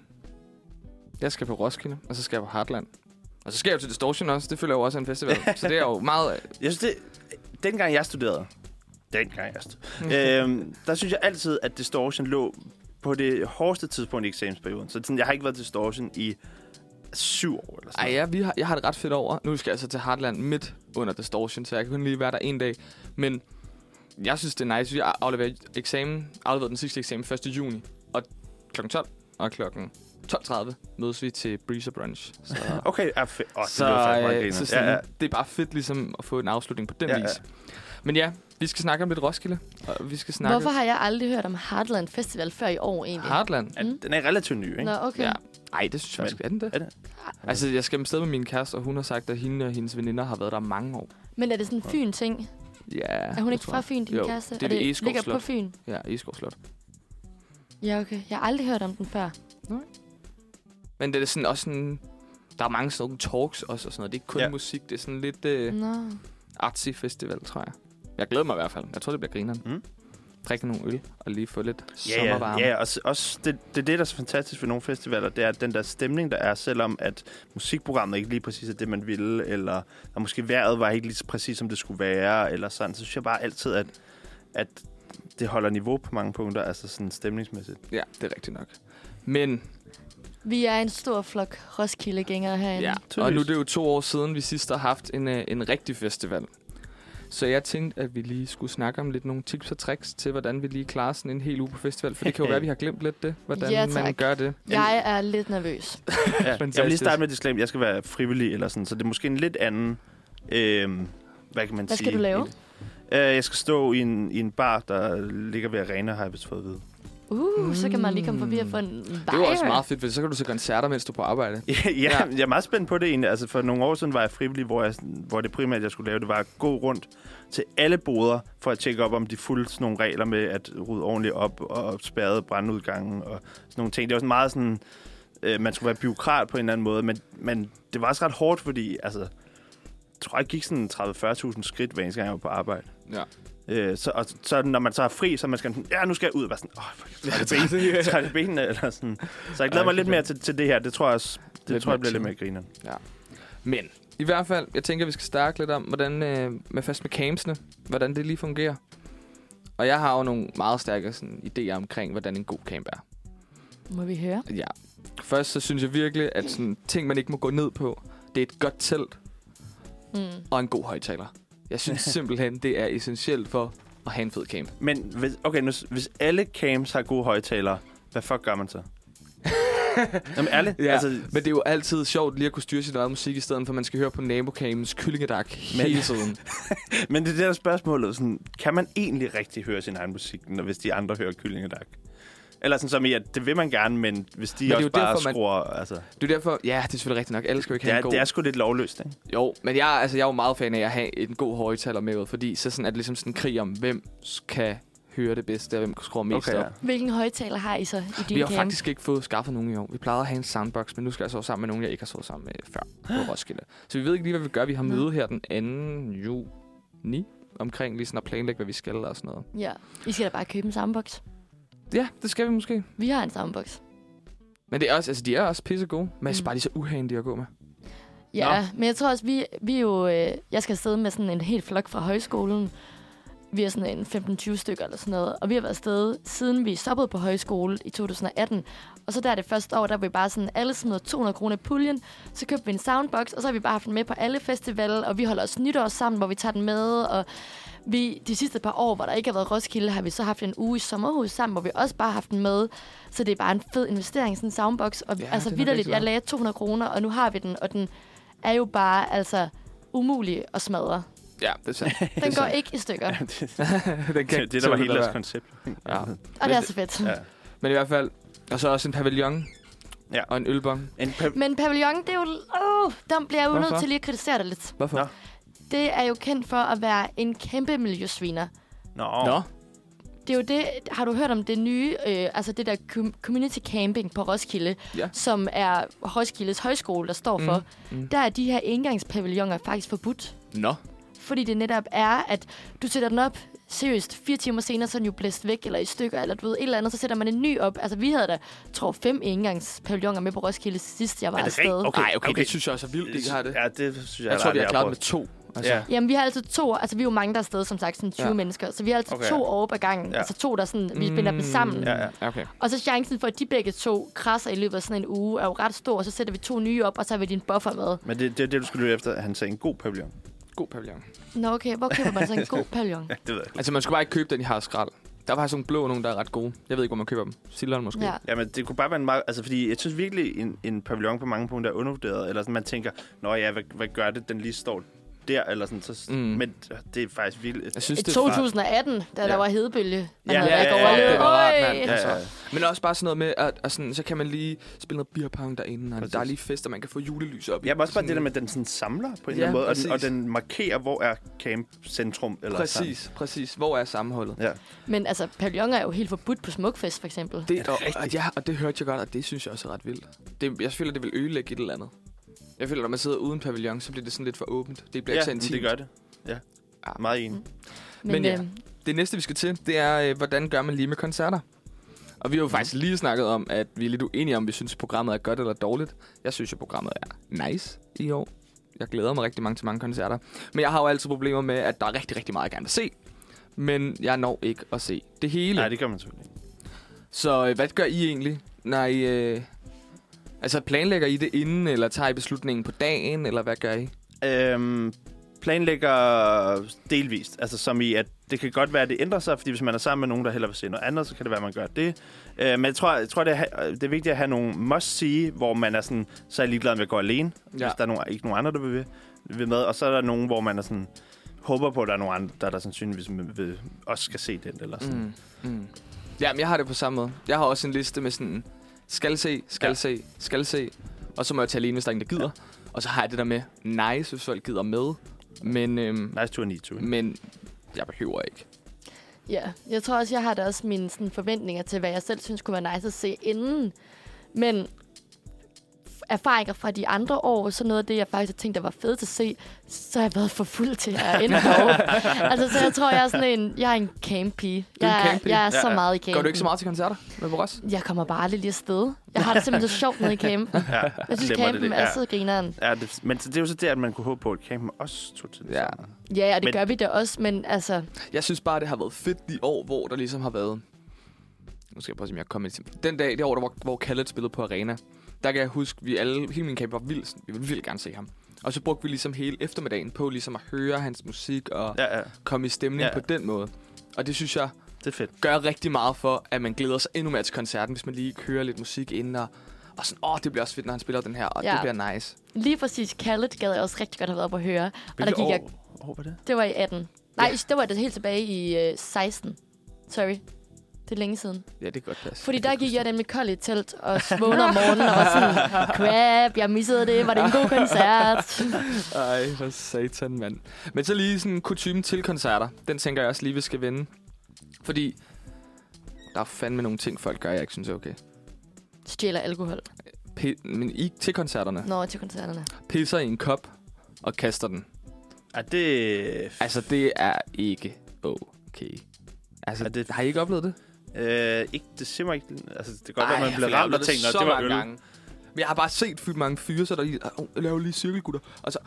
Jeg skal på Roskilde, og så skal jeg på Heartland. Og så skal jeg jo til Distortion også. Det føler jo også en festival. Så det er jo meget... Jeg synes, det... Dengang jeg studerede, dengang jeg stod. øhm, der synes jeg altid, at Distortion lå på det hårdeste tidspunkt i eksamensperioden. Så sådan, jeg har ikke været til Distortion i syv år eller sådan Ej, ja, vi har, jeg har det ret fedt over. Nu skal jeg altså til Heartland midt under Distortion, så jeg kan kun lige være der en dag. Men jeg synes, det er nice. Vi afleverer eksamen, afleverer den sidste eksamen første juni. Og klokken tolv og klokken tolv tredive mødes vi til Breezer Brunch. Så, okay, er fedt. Oh, det så, øh, så sådan, ja, ja. Det er bare fedt ligesom at få en afslutning på den ja, vis. Ja. Men ja, vi skal snakke om lidt Roskilde. Og vi skal snakke... Hvorfor har jeg aldrig hørt om Heartland Festival før i år egentlig? Heartland? Ja, mm. Den er relativt ny, ikke? Nå, okay. Ja. Ej, det synes jeg faktisk. Er den det? Er det? Altså, jeg skal afsted med min kæreste, og hun har sagt, at hende og hendes veninder har været der mange år. Men er det sådan en Fyn-ting? Ja. Er hun ikke fra Fyn, din jo, kæreste? det er det Egeskov ligger Slot. på Fyn? Ja, Egeskov Slot. Ja, okay. Jeg har aldrig hørt om den før. Nej. Men det er sådan også sådan... Der er mange sådan nogle talks også og sådan noget. Det er ikke kun ja. musik, det er sådan lidt øh, no. artsy festival, tror jeg. Jeg glæder mig i hvert fald. Jeg tror, det bliver grineren. Mm. Drikke nogle øl og lige få lidt ja, sommervarme. Ja, ja. Også, også det, det er det, der er så fantastisk ved nogle festivaler, det er den der stemning, der er, selvom at musikprogrammet ikke lige præcis er det, man ville, eller og måske vejret var ikke lige så præcis, som det skulle være, eller sådan. Så synes jeg bare altid, at, at det holder niveau på mange punkter, altså sådan stemningsmæssigt. Ja, det er rigtigt nok. Men... Vi er en stor flok Roskilde-gængere herinde. Ja, og nu er det jo to år siden, vi sidst har haft en, en rigtig festival. Så jeg tænkte, at vi lige skulle snakke om lidt nogle tips og tricks til, hvordan vi lige klarer sådan en hel uge på festival. For det kan jo være, at vi har glemt lidt det, hvordan ja, man gør det. Jeg er lidt nervøs. ja, jeg vil lige starte med et disclaimer. Jeg skal være frivillig eller sådan, så det er måske en lidt anden... Øh, hvad kan man hvad sige? skal du lave? Øh, jeg skal stå i en, i en bar, der ligger ved Arena, har jeg vist fået at vide. Uh, mm. så kan man lige komme forbi og få en bajer. Det er jo også meget fedt, for så kan du se koncerter, mens du er på arbejde. ja, ja, ja, jeg er meget spændt på det egentlig. Altså, for nogle år siden var jeg frivillig, hvor, jeg, hvor det primært, jeg skulle lave, det var at gå rundt til alle boder, for at tjekke op, om de fulgte sådan nogle regler med at rydde ordentligt op og spærrede brandudgangen og sådan nogle ting. Det var sådan meget sådan, øh, man skulle være bureaukrat på en eller anden måde, men, men det var også ret hårdt, fordi altså, jeg tror, jeg gik sådan tredive til fyrre tusind skridt, hver eneste gang jeg var på arbejde. Ja. Øh, så, og, så når man så er fri, så man skal ja, nu skal jeg ud og være sådan, åh, fuck, træt i benene, eller sådan. Så jeg glæder mig lidt mere til, til det her. Det tror jeg også, det lidt tror jeg bliver lidt mere grineren. Ja. Men i hvert fald, jeg tænker, vi skal snakke lidt om, hvordan øh, med fast med campsene, hvordan det lige fungerer. Og jeg har jo nogle meget stærke sådan, idéer omkring, hvordan en god camp er. Må vi høre? Ja. Først så synes jeg virkelig, at sådan, ting, man ikke må gå ned på, det er et godt telt mm. og en god højttaler. Jeg synes simpelthen, det er essentielt for at have en fed camp. Men hvis, okay, nu, hvis alle camps har gode højttalere, hvad fuck gør man så? Jamen ærligt? Ja, altså, men det er jo altid sjovt lige at kunne styre sit eget musik, i stedet for at man skal høre på nabocamens kyllingedak hele tiden. Men det er det der spørgsmålet. Sådan, kan man egentlig rigtig høre sin egen musik, når, hvis de andre hører kyllingedak? Eller sådan som i, at det vil man gerne, men hvis de men også bare derfor, skruer... Man, altså. Det er derfor... Ja, det er selvfølgelig rigtigt nok. Alle skal jo ikke have ja, en god... Det er sgu lidt lovløst, ikke? Jo, men jeg, altså, jeg er jo meget fan af at have en god højttaler med, fordi så sådan, er det ligesom sådan en krig om, hvem kan høre det bedste, og hvem kan skrue mest okay, op. Ja. Hvilken højttaler har I så i din camp? Vi har camp? faktisk ikke fået skaffet nogen i år. Vi plejede at have en soundbox, men nu skal jeg sove sammen med nogen, jeg ikke har sovet sammen med før på Roskilde. Så vi ved ikke lige, hvad vi gør. Vi har møde her den anden juni omkring lige sådan at planlægge, hvad vi skal og sådan noget. Ja, I skal da bare købe en soundbox. Ja, det skal vi måske. Vi har en soundbox. Men det er også, altså, de er også pisse gode, men mm. bare de så uhandige at gå med. Ja, Nå. men jeg tror også, vi, vi jo... Øh, jeg skal afsted med sådan en helt flok fra højskolen. Vi er sådan en femten tyve stykker eller sådan noget. Og vi har været afsted, siden vi stoppede på højskole i to tusind atten. Og så der det første år, der var vi bare sådan, alle smider to hundrede kroner i puljen. Så købte vi en soundbox, og så har vi bare haft den med på alle festivaler. Og vi holder os nytår sammen, hvor vi tager den med. Og vi, de sidste par år, hvor der ikke har været Roskilde, har vi så haft en uge i sommerhus sammen, hvor vi også bare har haft den med. Så det er bare en fed investering, sådan en soundbox. Og ja, altså vitterligt, jeg lagde to hundrede kroner, og nu har vi den. Og den er jo bare altså umulig at smadre. Ja, det er sandt. Den går ikke i stykker. Ja, det, det, det, det der var hele deres koncept. Ja. Og det er så fedt. Ja. Men i hvert fald, og så også en pavillon. Ja. Og en ølbong. En pa- Men pavillon, det er jo... Åh, der bliver jeg jo nødt til lige at kritisere det lidt. Hvorfor? Nå. Det er jo kendt for at være en kæmpe miljøsviner. Nå. Nå. Det er jo det... Har du hørt om det nye... Øh, altså det der community camping på Roskilde, ja. Som er Roskildes højskole, der står for. Mm. Mm. Der er de her engangspavilloner faktisk forbudt. Nå. Fordi det netop er, at du sætter den op, seriøst, fire timer senere, så er den jo blæst væk, eller i stykker, eller du ved, et eller andet, så sætter man en ny op. Altså, vi havde da, tror fem engangspavilloner med på Roskilde sidst, jeg var afsted. Okay, okay, okay, det synes jeg også er vildt, det har det. Ja, det synes jeg, jeg tror, vi har klaret med to Altså. Ja. Jamen, vi har altid to, altså vi er jo mange, der er afsted, som sagt, sådan tyve Ja. mennesker. Så vi har altid Okay. to over ad gangen. Ja. Altså to, der sådan, vi binder dem sammen. Ja, ja. Okay. Og så chancen for, at de begge to krasser i løbet af sådan en uge, er jo ret stor. Og så sætter vi to nye op, og så har vi din buffer med. Men det, det er det, du skulle lytte efter, at han sagde en god pavillon. God pavillon. Nå, okay. Hvor køber man så en god pavillon? Ja, det ved jeg. Altså, man skulle bare ikke købe den, de har skrald. Der var faktisk nogle blå, nogle der er ret gode. Jeg ved ikke, hvor man køber dem. Silderen måske. Ja. Jamen, det kunne bare være en meget... Altså, fordi jeg synes virkelig, en, en pavillon på mange punkter er undervurderet. Eller sådan, man tænker, nå ja, hvad, hvad gør det, den lige står der, eller sådan. Så, Mm. Men det er faktisk virkelig... Jeg synes, I det er to tusind atten, da Ja. der var hedebølge. Man Ja, havde ja, ikke ja, ja, overlevet. det var rart, Øj! mand. Ja, Altså. ja. Men også bare sådan noget med, at, at sådan, så kan man lige spille noget beerpong derinde, og Præcis. der er lige fester, man kan få julelys op i. Ja, men også bare Sådan- det der med, at den sådan samler på en Ja, eller anden måde, og den, præcis. og den markerer, hvor er campcentrum. Eller Præcis, præcis. Hvor er sammenholdet? Sådan. Ja. Men altså, pavilloner er jo helt forbudt på Smukfest, for eksempel. Det, og, og, ja, og det hørte jeg godt, og det synes jeg også er ret vildt. Det, jeg føler, det vil ødelægge et eller andet. Jeg føler, når man sidder uden pavillon, så bliver det sådan lidt for åbent. Det bliver Ja, ikke så men intimt. det gør det. Ja, Ja. meget enig. Men, Men ja. øhm, Det næste, vi skal til, det er, øh, hvordan gør man lige med koncerter? Og vi har jo faktisk lige snakket om, at vi er lidt uenige om, vi synes, programmet er godt eller dårligt. Jeg synes, at programmet er nice i år. Jeg glæder mig rigtig mange til mange koncerter. Men jeg har jo altid problemer med, at der er rigtig, rigtig meget, jeg gerne vil se. Men jeg når ikke at se det hele. Nej, det gør man selvfølgelig ikke. Så øh, hvad gør I egentlig, når I... Øh, altså, planlægger I det inden, eller tager I beslutningen på dagen, eller hvad gør I? Øhm, planlægger delvist. Altså som i, at det kan godt være, at det ændrer sig, fordi hvis man er sammen med nogen, der hellere vil se noget andet, så kan det være, at man gør det. Øh, men jeg tror, jeg tror det, er, det er vigtigt at have nogle must-see, hvor man er sådan, så er jeg ligeglad med at gå alene, ja. Hvis der er nogen, ikke nogen andre, der vil, vil med. Og så er der nogen, hvor man er sådan, håber på, at der er nogen andre, der, der sandsynligvis vil, også skal se den. Eller sådan. Mm. Mm. Jamen, jeg har det på samme måde. Jeg har også en liste med sådan, skal se, skal Ja. se, skal se. Og så må jeg tage alene, hvis der er ingen, der gider. Ja. Og så har jeg det der med, nice, hvis folk gider med. Men, øhm, Nice to need to. men jeg behøver ikke. ja, jeg tror også, jeg har da også mine sådan, forventninger til, hvad jeg selv synes kunne være nice at se inden. Men erfaringer fra de andre år, så noget af det, jeg faktisk har tænkt, der var fedt at se, så har jeg været for fuld til at ende på. Altså, så jeg tror, jeg er sådan en, jeg er en camp-pige. Du er en Jeg, camp-pige? jeg er så Ja, ja. meget i campen. Går du ikke så meget til koncerter med Boros? Jeg kommer bare aldrig lige afsted. Jeg har det simpelthen så sjovt nede i campen. Ja, Jeg synes, glemmer campen det, er ja. så grineren. Ja, det, men det er jo så det, at man kunne håbe på, at campen også tog til det Ja. samme. Ja, og det Men- gør vi da også, men altså... Jeg synes bare, det har været fedt de år, hvor der ligesom har været... Nu skal jeg prøve at se, om jeg kommer til... Den dag, det år, der var, hvor Khaled spillede på Arena, der kan jeg huske, vi alle, hele min camp var vildt, sådan, vi ville vildt gerne se ham. Og så brugte vi ligesom hele eftermiddagen på ligesom at høre hans musik og Ja, ja, komme i stemning Ja. på den måde. Og det synes jeg det er fedt. gør rigtig meget for, at man glæder sig endnu mere til koncerten, hvis man lige kører lidt musik inden og, og sådan, åh, det bliver også fedt, når han spiller den her, og Ja. det bliver nice. Lige præcis Khaled gad jeg også rigtig godt have været på at høre. Og der Hvilket gik jeg... år, år var det? Det var i atten. Nej, Ja. det var det helt tilbage i øh, seksten. Sorry. Det er længe siden. Ja, det er godt plads. Fordi der gik jeg nemlig kold i et telt og vågnede om morgenen og var sådan, crap, jeg missede det, var det en god koncert? Ej, for satan, mand. Men så lige sådan kutumen til koncerter. Den tænker jeg også lige, vi skal vende. Fordi der er fandme nogle ting, folk gør, jeg ikke synes er okay. Stjæler alkohol. P- men I til koncerterne. Nå, til koncerterne. Pisser i en kop og kaster den. Ja, det... Altså, det er ikke okay. Altså, Er det- har I ikke oplevet det? Øh, ikke, det siger mig ikke... Altså, det kan godt være, Ej, man jeg bliver føler, jeg ramt har og oplevet tænker, så at det var mange øl. gange. Men jeg har bare set fyrt mange fyre, så der lige... Oh, jeg laver lige cirkelgutter. Og så...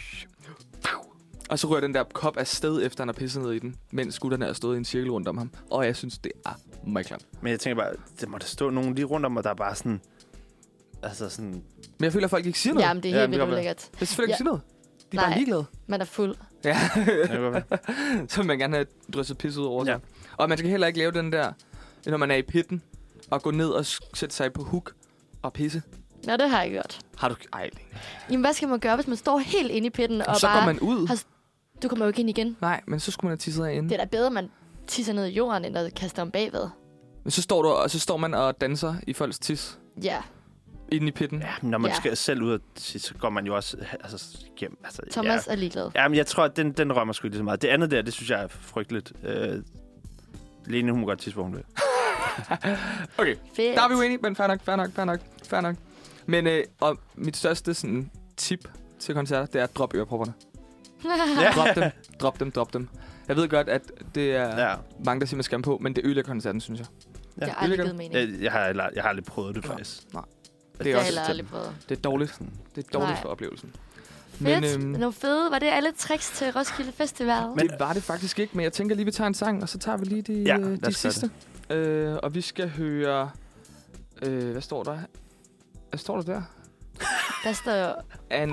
Og så rører den der kop af sted, efter han har pisset ned i den, mens gutterne er stået i en cirkel rundt om ham. Og jeg synes, det er meget klart. Men jeg tænker bare, det må der stå nogen lige rundt om, og der er bare sådan... Altså sådan... Men jeg føler, at folk ikke siger noget. Jamen, det er Ja, helt men det vildt kan være. ulækkert. Det er selvfølgelig ikke Ja. sige noget. De er bare Nej. ligeglade. Man er fuld. Ja, Det kan godt være. så vil man gerne have drysset pis ud over sig. Ja. Og man skal heller ikke lave den der, når man er i pitten, og gå ned og s- sætte sig på hook og pisse. Nå, det har jeg gjort. Har du... Ej, Jamen, hvad skal man gøre, hvis man står helt inde i pitten og så bare... går man ud. har- Du kommer jo ikke ind igen. Nej, men så skulle man have tisset herinde. Det er da bedre, at man tisser ned i jorden, end at kaste om bagved. Men så står, du, og så står man og danser i folks tis. Ja, Inde i pitten. Ja, men når man Ja. skal selv ud, så går man jo også altså, hjem. Altså, Thomas ja. er ligeglad. Ja, men jeg tror, at den, den rømmer sgu ikke lige så meget. Det andet der, det synes jeg er frygteligt. Øh, Lene, hun må godt tisse, hvor hun vil. Okay, Fedt. der er vi uenige, men fair nok, fair nok, fair nok, fair nok. Men øh, og mit største sådan, tip til koncerter, det er at droppe ørepropperne. Ja. Drop dem, drop dem, drop dem. Jeg ved godt, at det er Ja. mange, der siger, man skal på, men det ødelægger koncerten, synes jeg. Det har aldrig givet mening. Jeg, jeg, har, aldrig- jeg har aldrig prøvet det, faktisk. Nej. Det Det er har jeg også heller aldrig prøvet. Det er dårligt. Det er dårligt Nej. for oplevelsen. Fedt. Men, øhm, Nogle fede. Var det alle tricks til Roskilde Festival? Men det var det faktisk ikke, men jeg tænker lige, vi tager en sang, og så tager vi lige de, Ja, øh, lad de os gøre sidste. Øh, og vi skal høre... Øh, hvad står der? Hvad står der der? Der står An-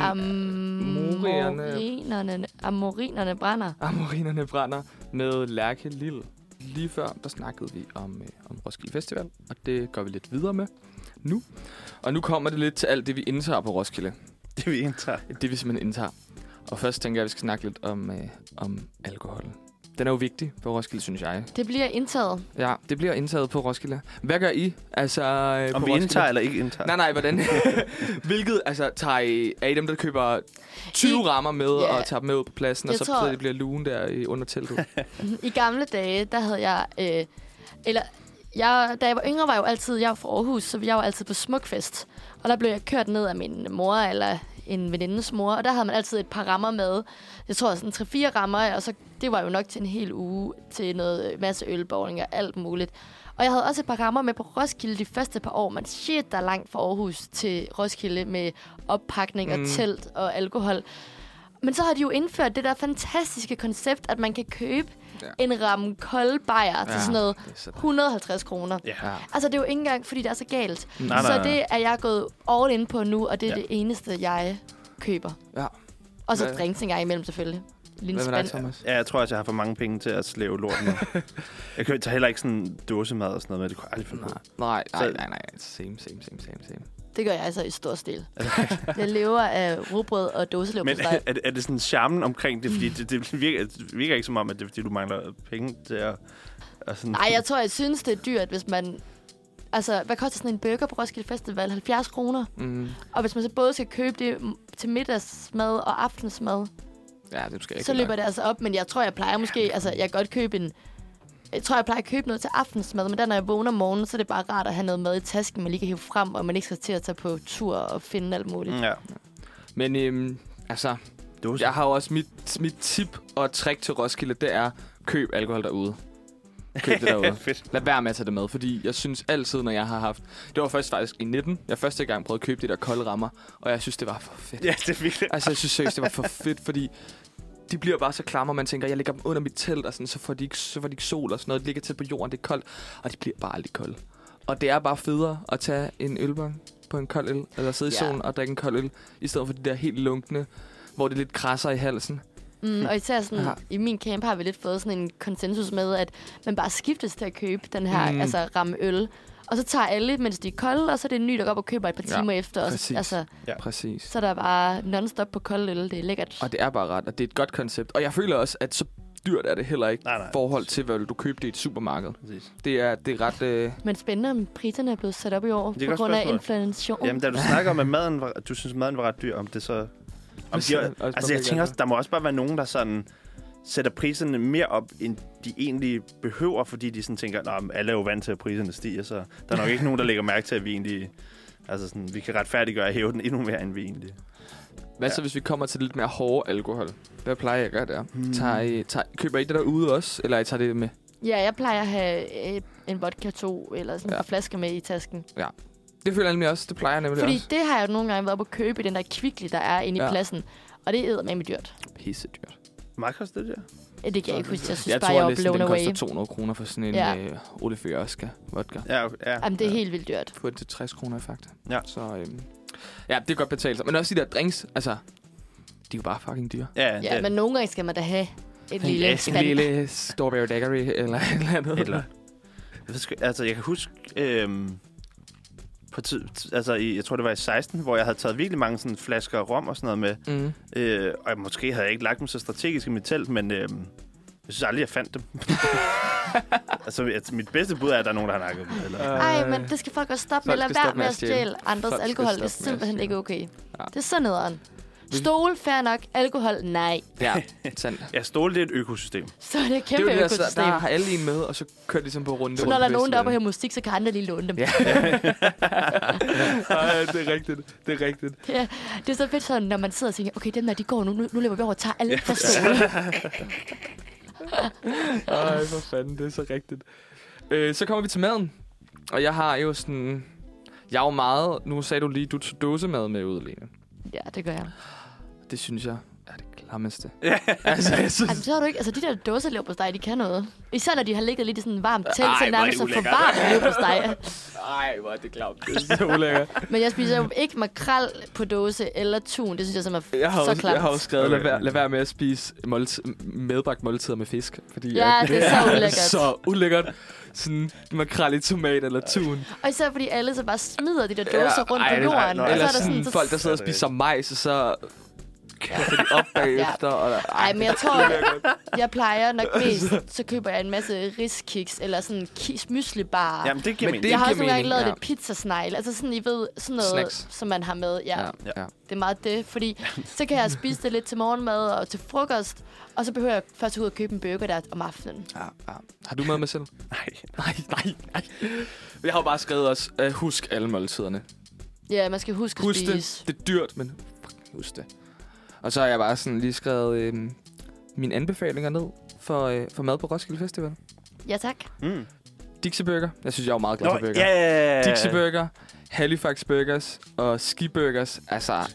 amorinerne, amorinerne brænder. Amorinerne brænder med Lærke Lille. Lige før, der snakkede vi om, øh, om Roskilde Festival, og det går vi lidt videre med nu. Og nu kommer det lidt til alt det, vi indtager på Roskilde. Det vi indtager. Det vi simpelthen indtager. Og først tænker jeg, at vi skal snakke lidt om, øh, om alkohol. Den er jo vigtig på Roskilde, synes jeg. Det bliver indtaget. Ja, det bliver indtaget på Roskilde. Hvad gør I? Altså, øh, Om på vi Roskilde? indtager eller ikke indtager? Nej, nej, hvordan? Hvilket, altså, tager I, er I dem, der køber tyve I, rammer med ja, og tager dem med ud på pladsen, og jeg så, tror, så det bliver lugen der i under teltet? I gamle dage, der havde jeg... Øh, eller, jeg, da jeg var yngre, var jeg jo altid... Jeg var fra Aarhus, så jeg var altid på Smukfest. Og der blev jeg kørt ned af min mor eller en venindes mor, og der havde man altid et par rammer med. Jeg tror sådan tre-fire rammer, og så det var jo nok til en hel uge til noget masse ølbowling og alt muligt. Og jeg havde også et par rammer med på Roskilde de første par år, men shit, der er langt fra Aarhus til Roskilde med oppakning og Mm. telt og alkohol. Men så har de jo indført det der fantastiske koncept, at man kan købe Ja. ja. en ramme kold bajer til sådan noget det er sådan. et hundrede og halvtreds kroner. Ja. Ja. Altså, det er jo ikke engang, fordi det er så galt. Nej, Så nej, nej. det er jeg gået all in på nu, og det er Ja. det eneste, jeg køber. Ja. Og så Hvad- drinks en gang imellem, selvfølgelig. Lille Hvad med dig, spand. Thomas? Ja, jeg tror også, jeg har for mange penge til at slæve lort med. Jeg kan tager heller ikke sådan dåsemad og sådan noget med. Det kunne jeg aldrig finde på. Nej, nej, Så- nej, nej. Same, same, same, same, same. Det gør jeg altså i stor stil. Jeg lever af rugbrød og Men dåseløbsteg. er, det- er det sådan charmen omkring det? Fordi det, det, virker, det virker ikke som om, at det er, fordi du mangler penge til at... at sådan... Nej, jeg tror, jeg synes, det er dyrt, hvis man... Altså, hvad koster sådan en burger på Roskilde Festival? halvfjerds kroner. Mm. Og hvis man så både skal købe det til middagsmad og aftensmad, Ja, det skal jeg ikke. så løber det altså op. Men jeg tror, jeg plejer måske... Altså, jeg kan godt købe en... Jeg tror, jeg plejer at købe noget til aftensmad, men der, når jeg vågner om morgenen, så er det bare rart at have noget mad i tasken, man lige kan hive frem, og man ikke skal til at tage på tur og finde alt muligt. Mm, ja. Men øhm, altså, Dåse. jeg har jo også mit, mit tip og trick til Roskilde, det er køb alkohol derude. Køb det derude. Fedt. Lad være med at tage det med, fordi jeg synes altid, når jeg har haft... Det var først faktisk i nitten, jeg første gang prøvede at købe de der kolde rammer, og jeg synes, det var for fedt. Ja, det er virkelig. Altså, jeg synes seriøst, det var for fedt, fordi de bliver bare så klamme, og man tænker, jeg lægger dem under mit telt, og sådan, så får de ikke, så får de ikke sol og sådan noget. De ligger tæt på jorden, det er koldt, og de bliver bare aldrig kolde. Og det er bare federe at tage en ølbong på en kold øl, eller sidde i Ja. solen og drikke en kold øl, i stedet for de der helt lunkne, hvor det lidt krasser i halsen. Mm, og især sådan, Ja. i min camp har vi lidt fået sådan en konsensus med, at man bare skiftes til at købe den her Mm. mm. altså, ramme øl. Og så tager alle, mens de er kolde, og så er det en ny, der går op og køber et par Ja, timer efter. Og, præcis. altså, Ja. Præcis. så er der bare non-stop på kold øl. Det er lækkert. Og det er bare ret, og det er et godt koncept. Og jeg føler også, at så dyrt er det heller ikke, Nej, nej. i forhold til, hvad du køber det i et supermarked. Præcis. Det er, det er ret... Øh, Men spændende, om priserne er blevet sat op i år Det er på godt grund af spørgsmål. inflation. Jamen, da du snakker om, at maden var, du synes, maden var ret dyr, om det så... Om de, altså, jeg tænker også, der må også bare være nogen, der sådan sætter priserne mere op, end de egentlig behøver, fordi de sådan tænker, at alle er jo vant til, at priserne stiger, så der er nok ikke nogen, der lægger mærke til, at vi egentlig... Altså sådan, vi kan retfærdiggøre at hæve den endnu mere, end vi egentlig... Hvad så, Ja. hvis vi kommer til lidt mere hårde alkohol? Hvad plejer jeg at gøre der? Hmm. Tager I, tager, køber I det derude også, eller I tager det med? Ja, jeg plejer at have øh, en vodka to eller sådan Ja. ja. et par flasker med i tasken. Det føler jeg nemlig også. Det plejer jeg nemlig Fordi også. det har jeg jo nogle gange været oppe at købe i den der Kvickly, der er inde Ja. i pladsen. Og det er med dyrt. Pisse dyrt. Meget koster det der? Ja, det kan jeg ikke huske. Jeg synes Jeg bare, tror jeg var næsten, blown den away. koster to hundrede kroner for sådan en Ja. ja. øh, Ole Fyrøska vodka. Ja, okay, ja. Jamen, det er ja. helt vildt dyrt. Få det til tres kroner i fakta. Ja. Så øhm, ja, det kan godt betale sig. Men også de der drinks, altså, de er jo bare fucking dyre. Ja, Ja, det, men nogle gange skal man da have et En lille ja, En spand. lille strawberry daiquiri eller et eller andet. Eller, jeg, ved, sgu- altså, jeg kan huske, øhm, på tid, altså, i, jeg tror, det var i seksten, hvor jeg havde taget virkelig mange sådan, flasker rom og sådan noget med. Mm. Øh, og jeg, måske havde jeg ikke lagt dem så strategisk i mit telt, men øhm, jeg synes aldrig, jeg fandt dem. altså, altså, mit bedste bud er, at der er nogen, der har nakket dem. Eller? Øh, Ej, men det skal folk også stoppe med. folk Lad skal være stoppe med at stjæle andres Folk skal alkohol. Det er stoppe med at simpelthen stjæle. ikke okay. Ja. Det er så nederen. Vi- Stol, fair nok. Alkohol, nej. Ja, sandt. Ja, stole, det er et økosystem. Så er det et Det er kæmpe jo det, der, økosystem. der har alle en med, og så kører de ligesom på runde. Så når rundt der er på nogen, der er oppe og festivalen. hører musik, så kan andre lige låne dem. Ja. Ej, det er rigtigt. Det er rigtigt. Ja, det er så fedt sådan, når man sidder og tænker, okay, dem der, de går nu, nu, nu løber vi over og tager alle der stole. Ej, for fanden, det er så rigtigt. Øh, så kommer vi til maden. Og jeg har jo sådan... Jeg er jo meget... Nu sagde du lige, du tog dåsemad med ud, Lene. Ja, det gør jeg. Det synes jeg er det klammeste. altså, jeg synes... Altså, så har du ikke... Altså, de der dåseleverpostej, de kan noget. Især når de har ligget lidt i sådan en varm telt, Ej, så nærmest så for varm leverpostej. Ej, hvor er det klamt. Det er så ulækkert. Men jeg spiser jo ikke makrel på dåse eller tun. Det synes jeg simpelthen er Jeg har så også, klamt. jeg har også skrevet, lad Okay. være, lad være med at spise måltid, medbragt måltider med fisk. Fordi Ja, at det er så ulækkert. så ulækkert. Sådan makrel i tomat eller tun. Og især fordi alle så bare smider de der dåser Ja, rundt ej, på det er- jorden. nej, Og så Eller er der sådan, sådan... Så... folk, der sidder og spiser majs, og så kaster de op bagefter. Og der, Ej, men jeg tror, jeg plejer nok mest, så køber jeg en masse riskiks eller sådan ki- myslibar. jamen, det giver Men mening. det Jeg har giver også nogle gange mening, lavet ja. lidt pizzasnegle. Altså sådan, I ved, sådan noget, Snacks. som man har med. Ja, ja, ja. det er meget det. Fordi så kan jeg spise det lidt til morgenmad og til frokost. Og så behøver jeg først ud og købe en burger der om aftenen. Ja, ja. Har du mad med selv? Nej. Nej, nej, nej. Jeg har jo bare skrevet også, uh, husk alle måltiderne. Ja, man skal huske at Husk spise. det. Det er dyrt, men fucking husk det. Og så har jeg bare sådan lige skrevet øh, mine anbefalinger ned for, øh, for mad på Roskilde Festival. Ja, tak. Mm. Dixie Burger. Jeg synes, jeg er jo meget glad for Nå, burger. ja, ja, ja. Dixie Burger, Halifax Burgers og Ski Burgers. Altså,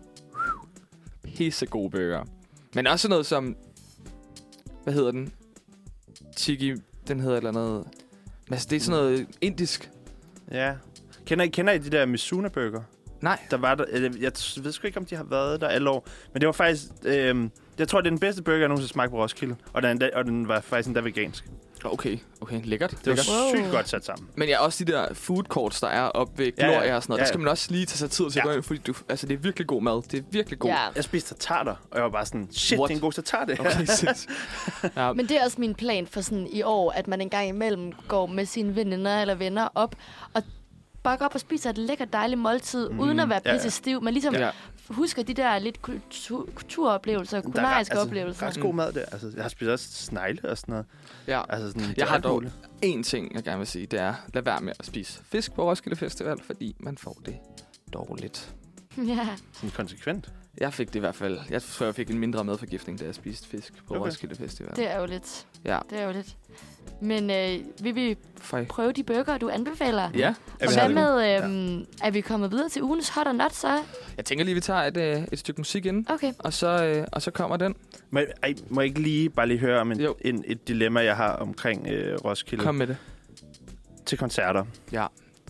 pisse gode burger. Men også noget som, hvad hedder den? Tiki, den hedder et eller andet. Altså, det er sådan noget indisk. Ja. Kender I, kender I de der Mizuna Burger? Nej. Der var der, jeg, jeg ved sgu ikke, om de har været der alle år. Men det var faktisk... Øh, jeg tror, det er den bedste burger, jeg nogensinde smagte på Roskilde. Og den, og den var faktisk endda vegansk. Okay, okay, lækkert. Det var lækkert. Wow. sygt godt sat sammen. Men ja, også de der food courts, der er oppe ved Ja, ja. Gloria og sådan noget, Ja, der ja. skal man også lige tage sig tid til at Ja. gå ind, fordi du, altså, det er virkelig god mad. Det er virkelig god. Ja. Jeg spiste tartar, og jeg var bare sådan, shit, What? det er en god tartar, det her. Okay, sinds. Ja, Men det er også min plan for sådan i år, at man en gang imellem går med sine veninder eller venner op og bare går op og spiser et lækkert dejligt måltid, mm, uden at være ja, ja. pisse stiv. Men ligesom ja. husker de der lidt kultur, kulturoplevelser, Der er ret- kulinariske oplevelser. ret god mad der. Altså, jeg har spist også snegle og sådan noget. ja. Altså, sådan, det Jeg er har alt dog muligt. én ting, jeg gerne vil sige, det er, lad være med at spise fisk på Roskilde Festival, fordi man får det dårligt. Ja. Sådan konsekvent. Jeg fik det i hvert fald. Jeg tror, jeg fik en mindre madforgiftning, da jeg spiste fisk på Okay. Roskilde Festival. Det er jo lidt. Ja. Det er jo lidt. Men øh, vil vi Fej. prøve de burger, du anbefaler? Ja. Ja, Og vi hvad har det. med, øhm, er vi kommet videre til ugens hot or not, så? Jeg tænker lige, vi tager et, øh, et stykke musik ind, Okay. og så, øh, og så kommer den. Må, jeg- ej, må jeg ikke lige bare lige høre om en, Jo. en, et dilemma, jeg har omkring øh, Roskilde Kom med det. til koncerter? Ja.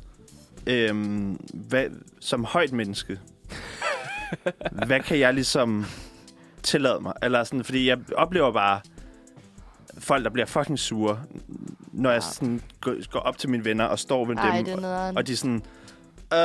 Øhm, hvad, som højt menneske, hvad kan jeg ligesom tillade mig? Eller sådan, fordi jeg oplever bare folk, der bliver fucking sure, når jeg Ja. sådan går, går op til mine venner og står ved Ej, dem, det er nederen. og de er sådan, øh,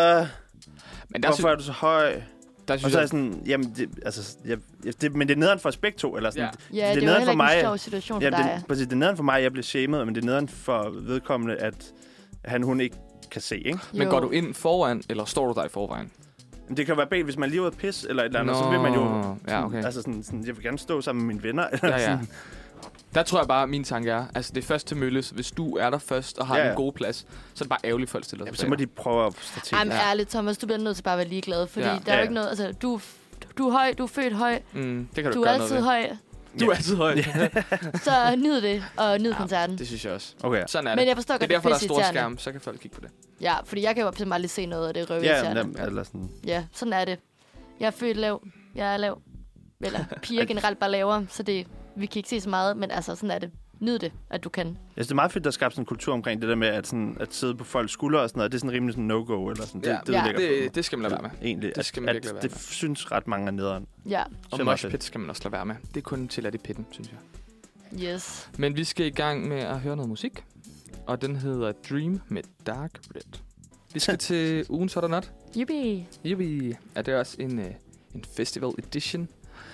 Men der, hvorfor sy- er du så høj? der Og synes så er jeg, jeg sådan, jamen, det, altså, jeg, jeg- det, men det er nederen for os begge to, eller sådan. Ja. Ja, det er det, er jo nederen heller for ikke en mig. sjov situation Ja, for det, dig. præcis, det er nederen for mig, at jeg bliver shamed, men det er nederen for vedkommende, at han, hun ikke kan se, ikke? men Jo. går du ind foran, eller står du der i forvejen? Men det kan jo være bag, hvis man lige er ude at pisse, eller et eller andet, så vil man jo... Ja, okay. Altså sådan, sådan, jeg vil gerne stå sammen med mine venner. Eller Ja, ja. sådan. Der tror jeg bare, at min tanke er, altså det er først til mølles. Hvis du er der først og har Ja, ja, ja. en god plads, så er det bare ærgerligt, folk stiller Jamen, sig så må de prøve at strategisk. Jamen Ja. ærligt, Thomas, du bliver nødt til bare at være ligeglad, fordi Ja. der er Ja, jo ja. ikke noget, altså du, du er høj, du er født høj, Mm, det kan du, du ikke er gøre altid noget høj, ved. Du er altid høj. så nyd det, og nyd Ja, koncerten. Det synes jeg også. Okay. Sådan er Men det. jeg forstår Det er godt, det derfor, er der er pisse store irriterende. skærme, så kan folk kigge på det. Ja, fordi jeg kan jo simpelthen aldrig se noget af det røve Ja, irriterende. ja, eller sådan. Ja, sådan er det. Jeg er født lav, jeg er lav. Eller piger generelt bare lavere, så det, vi kan ikke se så meget, men altså sådan er det. Nyd det, at du kan. Jeg synes, det er meget fedt, der er skabt sådan en kultur omkring det der med, at, sådan, at sidde på folks skuldre og sådan noget. Det er sådan rimelig sådan no-go, eller sådan. Det, Ja, det, ja. ødelægger for mig. Det, det skal man lade være med. Egentlig. det skal man at, virkelig lade at være det synes ret mange er nederen. Ja, Og Så meget mosh fedt. pit skal man også lade være med. Det er kun til at i pitten, synes jeg. yes. Men vi skal i gang med at høre noget musik. Og den hedder Dream med Dark Red. Vi skal til ugens hot or not. Yippie. Yippie. Er det også en, uh, en festival edition.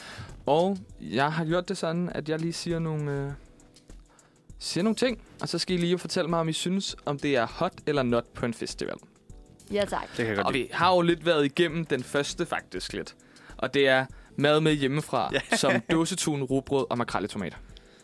Og jeg har gjort det sådan, at jeg lige siger nogle, uh, siger nogle ting. Og så skal I lige fortælle mig, om I synes, om det er hot eller not på en festival. Ja, tak. Det kan jeg godt Og lide. vi har jo lidt været igennem den første faktisk lidt. Og det er mad med hjemmefra, Ja. som dåsetun, rugbrød og makrel i tomater.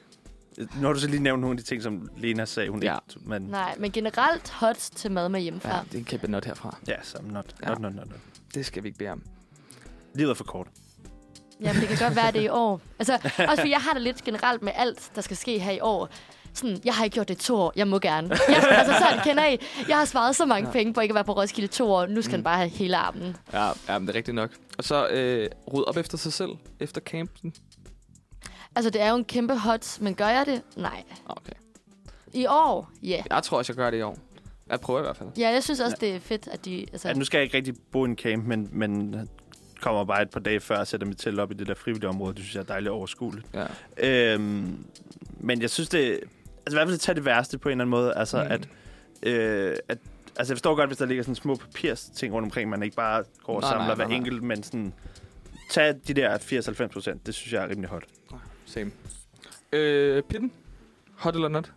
Nu har du så lige nævnt nogle af de ting, som Lena sagde, hun Ja. ikke... Men, Nej, men generelt hot til mad med hjemmefra. Ja, det er en kæmpe not herfra. ja, så not, Ja. not, not, not, not. Det skal vi ikke bede om. Livet er for kort. Jamen, det kan godt være det i år. Altså, også fordi jeg har det lidt generelt med alt, der skal ske her i år. sådan, jeg har ikke gjort det i to år, jeg må gerne. Jeg, altså, sådan, kender I? Jeg har sparet så mange ja. penge på ikke at være på Roskilde i to år, nu skal mm. han bare have hele armen. Ja, ja, men det er rigtigt nok. Og så øh, rydde op efter sig selv, efter campen. Altså, det er jo en kæmpe hot, men gør jeg det? Nej. Okay. I år? Ja. Yeah. Jeg tror også, jeg gør det i år. Jeg prøver i hvert fald. Ja, jeg synes også, ja. det er fedt, at de... Altså... Ja, nu skal jeg ikke rigtig bo i en camp, men, men kommer bare et par dage før og sætter mit telt op i det der frivillige område. Det synes jeg er dejligt overskueligt. Ja. Øhm, men jeg synes, det... Altså i hvert fald at tage det værste på en eller anden måde. Altså, mm. at, øh, at... Altså, jeg forstår godt, hvis der ligger sådan små papirsting rundt omkring, man ikke bare går og nej, samler nej, nej, hver enkelt, men sådan... Tag de der firs til halvfems procent. Det synes jeg er rimelig hot. Same. Øh, Pitten? Hot eller not?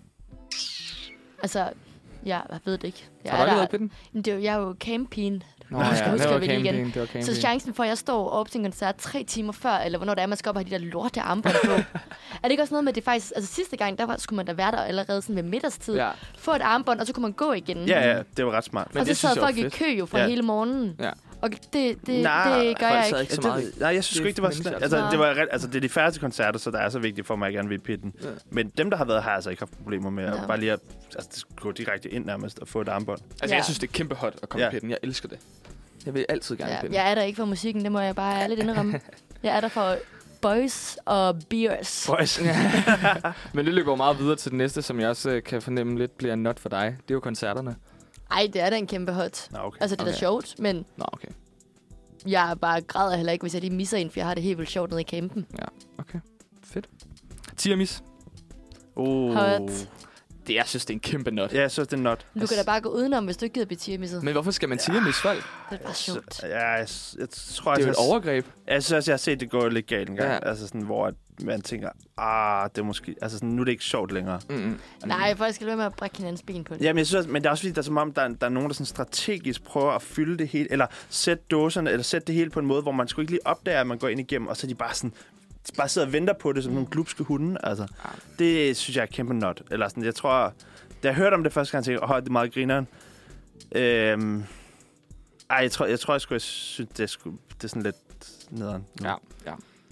Altså... Ja, jeg ved det ikke. Jeg har du aldrig været på den? Det er jo, jeg er jo campien. Nå, ja, huske, det var campien. Det var campien. Så chancen for, at jeg står op til en koncert tre timer før, eller hvornår det er, man skal op og have de der lorte armbånd på. Er det ikke også noget med, at det faktisk... Altså sidste gang, der var, skulle man da være der allerede sådan ved middagstid. Ja. Få et armbånd, og så kunne man gå igen. Ja, ja, det var ret smart. Men og så sad folk i kø jo for ja. hele morgenen. Ja. Og det, det, nej, det gør jeg ikke. ikke så meget. Det, nej, jeg synes det ikke, det var sådan. Altså, det, var, altså, det er de færreste koncerter, så der er så vigtigt for mig, at jeg gerne vil i Pitten. Ja. Men dem, der har været, har altså ikke haft problemer med at bare lige at altså, gå direkte ind nærmest og få et armbånd. Altså, ja. jeg synes, det er kæmpe hot at komme ja. i Pitten. Jeg elsker det. Jeg vil altid gerne ja, i Pitten. Jeg er der ikke for musikken, det må jeg bare ærligt indrømme. Jeg er der for boys og beers. Boys. Men det løber meget videre til det næste, som jeg også kan fornemme lidt bliver not for dig. Det er jo koncerterne. Ej, det er da en kæmpe hot. Nå, okay. Altså, det er okay. da sjovt, men... Nå, okay. Jeg bare græder heller ikke, hvis jeg lige misser en, for jeg har det helt vildt sjovt nede i campen. Ja, okay. Fedt. Tiamis. Oh. Hot. Det, jeg synes, det er en kæmpe not. Ja, jeg synes, det er not. Du kan da bare gå udenom, hvis du ikke gider blive tiamisset. Men hvorfor skal man tiamis folk? Det er bare sjovt. Ja, jeg, jeg tror, det er jo et overgreb. Jeg synes også, jeg har set det gå lidt galt en gang. Ja. Altså sådan, hvor man tænker, ah, det er måske... Altså sådan, nu er det ikke sjovt længere. Mm-hmm. Nej, folk skal være med at brække hinandens ben på det. Jamen, jeg synes også, men det er også fordi, der er som om, der, der er nogen, der sådan strategisk prøver at fylde det hele, eller sætte dåserne, eller sætte det hele på en måde, hvor man sgu ikke lige opdager, at man går ind igennem, og så er de bare sådan... De bare sidder og venter på det som nogle glupske hunde. Altså, det synes jeg er kæmpe not. Eller sådan, jeg tror... Da jeg hørte om det første gang, tænkte jeg, åh, det er meget grineren. Øhm, ej, jeg tror, jeg tror, jeg skulle, jeg synes, det er, sgu, det er sådan lidt nederen. Ja, ja.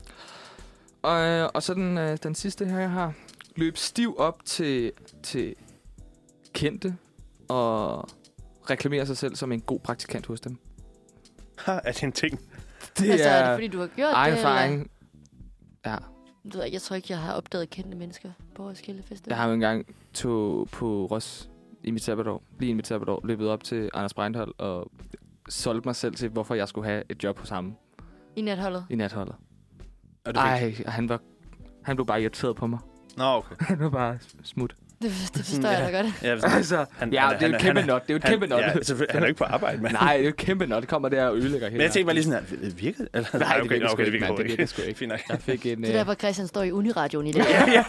Og, og så den, øh, den sidste her, jeg har. Løb stiv op til, til kendte og reklamere sig selv som en god praktikant hos dem. Ha, er det en ting? Det altså, er, er det fordi, du har gjort egen det? Erfaring. Ja. Du ved, jeg tror ikke, jeg har opdaget kendte mennesker på Roskilde Festival. Jeg har jo engang tog på Ros i mit sabbatår, lige i mit sabbatår, løbet op til Anders Breinholt og solgte mig selv til, hvorfor jeg skulle have et job hos ham. I natholdet? I natholdet. Og ej, han var, han blev bare irriteret på mig. Nå, okay. Han var bare smut. Det, det forstår ja. jeg da godt. Ja, altså, han, ja han, det er jo et kæmpe not. Det er jo et kæmpe not. Ja, han er jo ikke på arbejde, mand. Nej, det er jo et kæmpe not. Det kommer der og ødelægger hele. Men jeg tænkte bare lige sådan, at det virkede? Eller? Nej, det virkede okay, sgu ikke, det virkede sgu ikke. Fint nok. Jeg fik en... Det er der, hvor Christian står i Uniradioen i det. Ja, ja.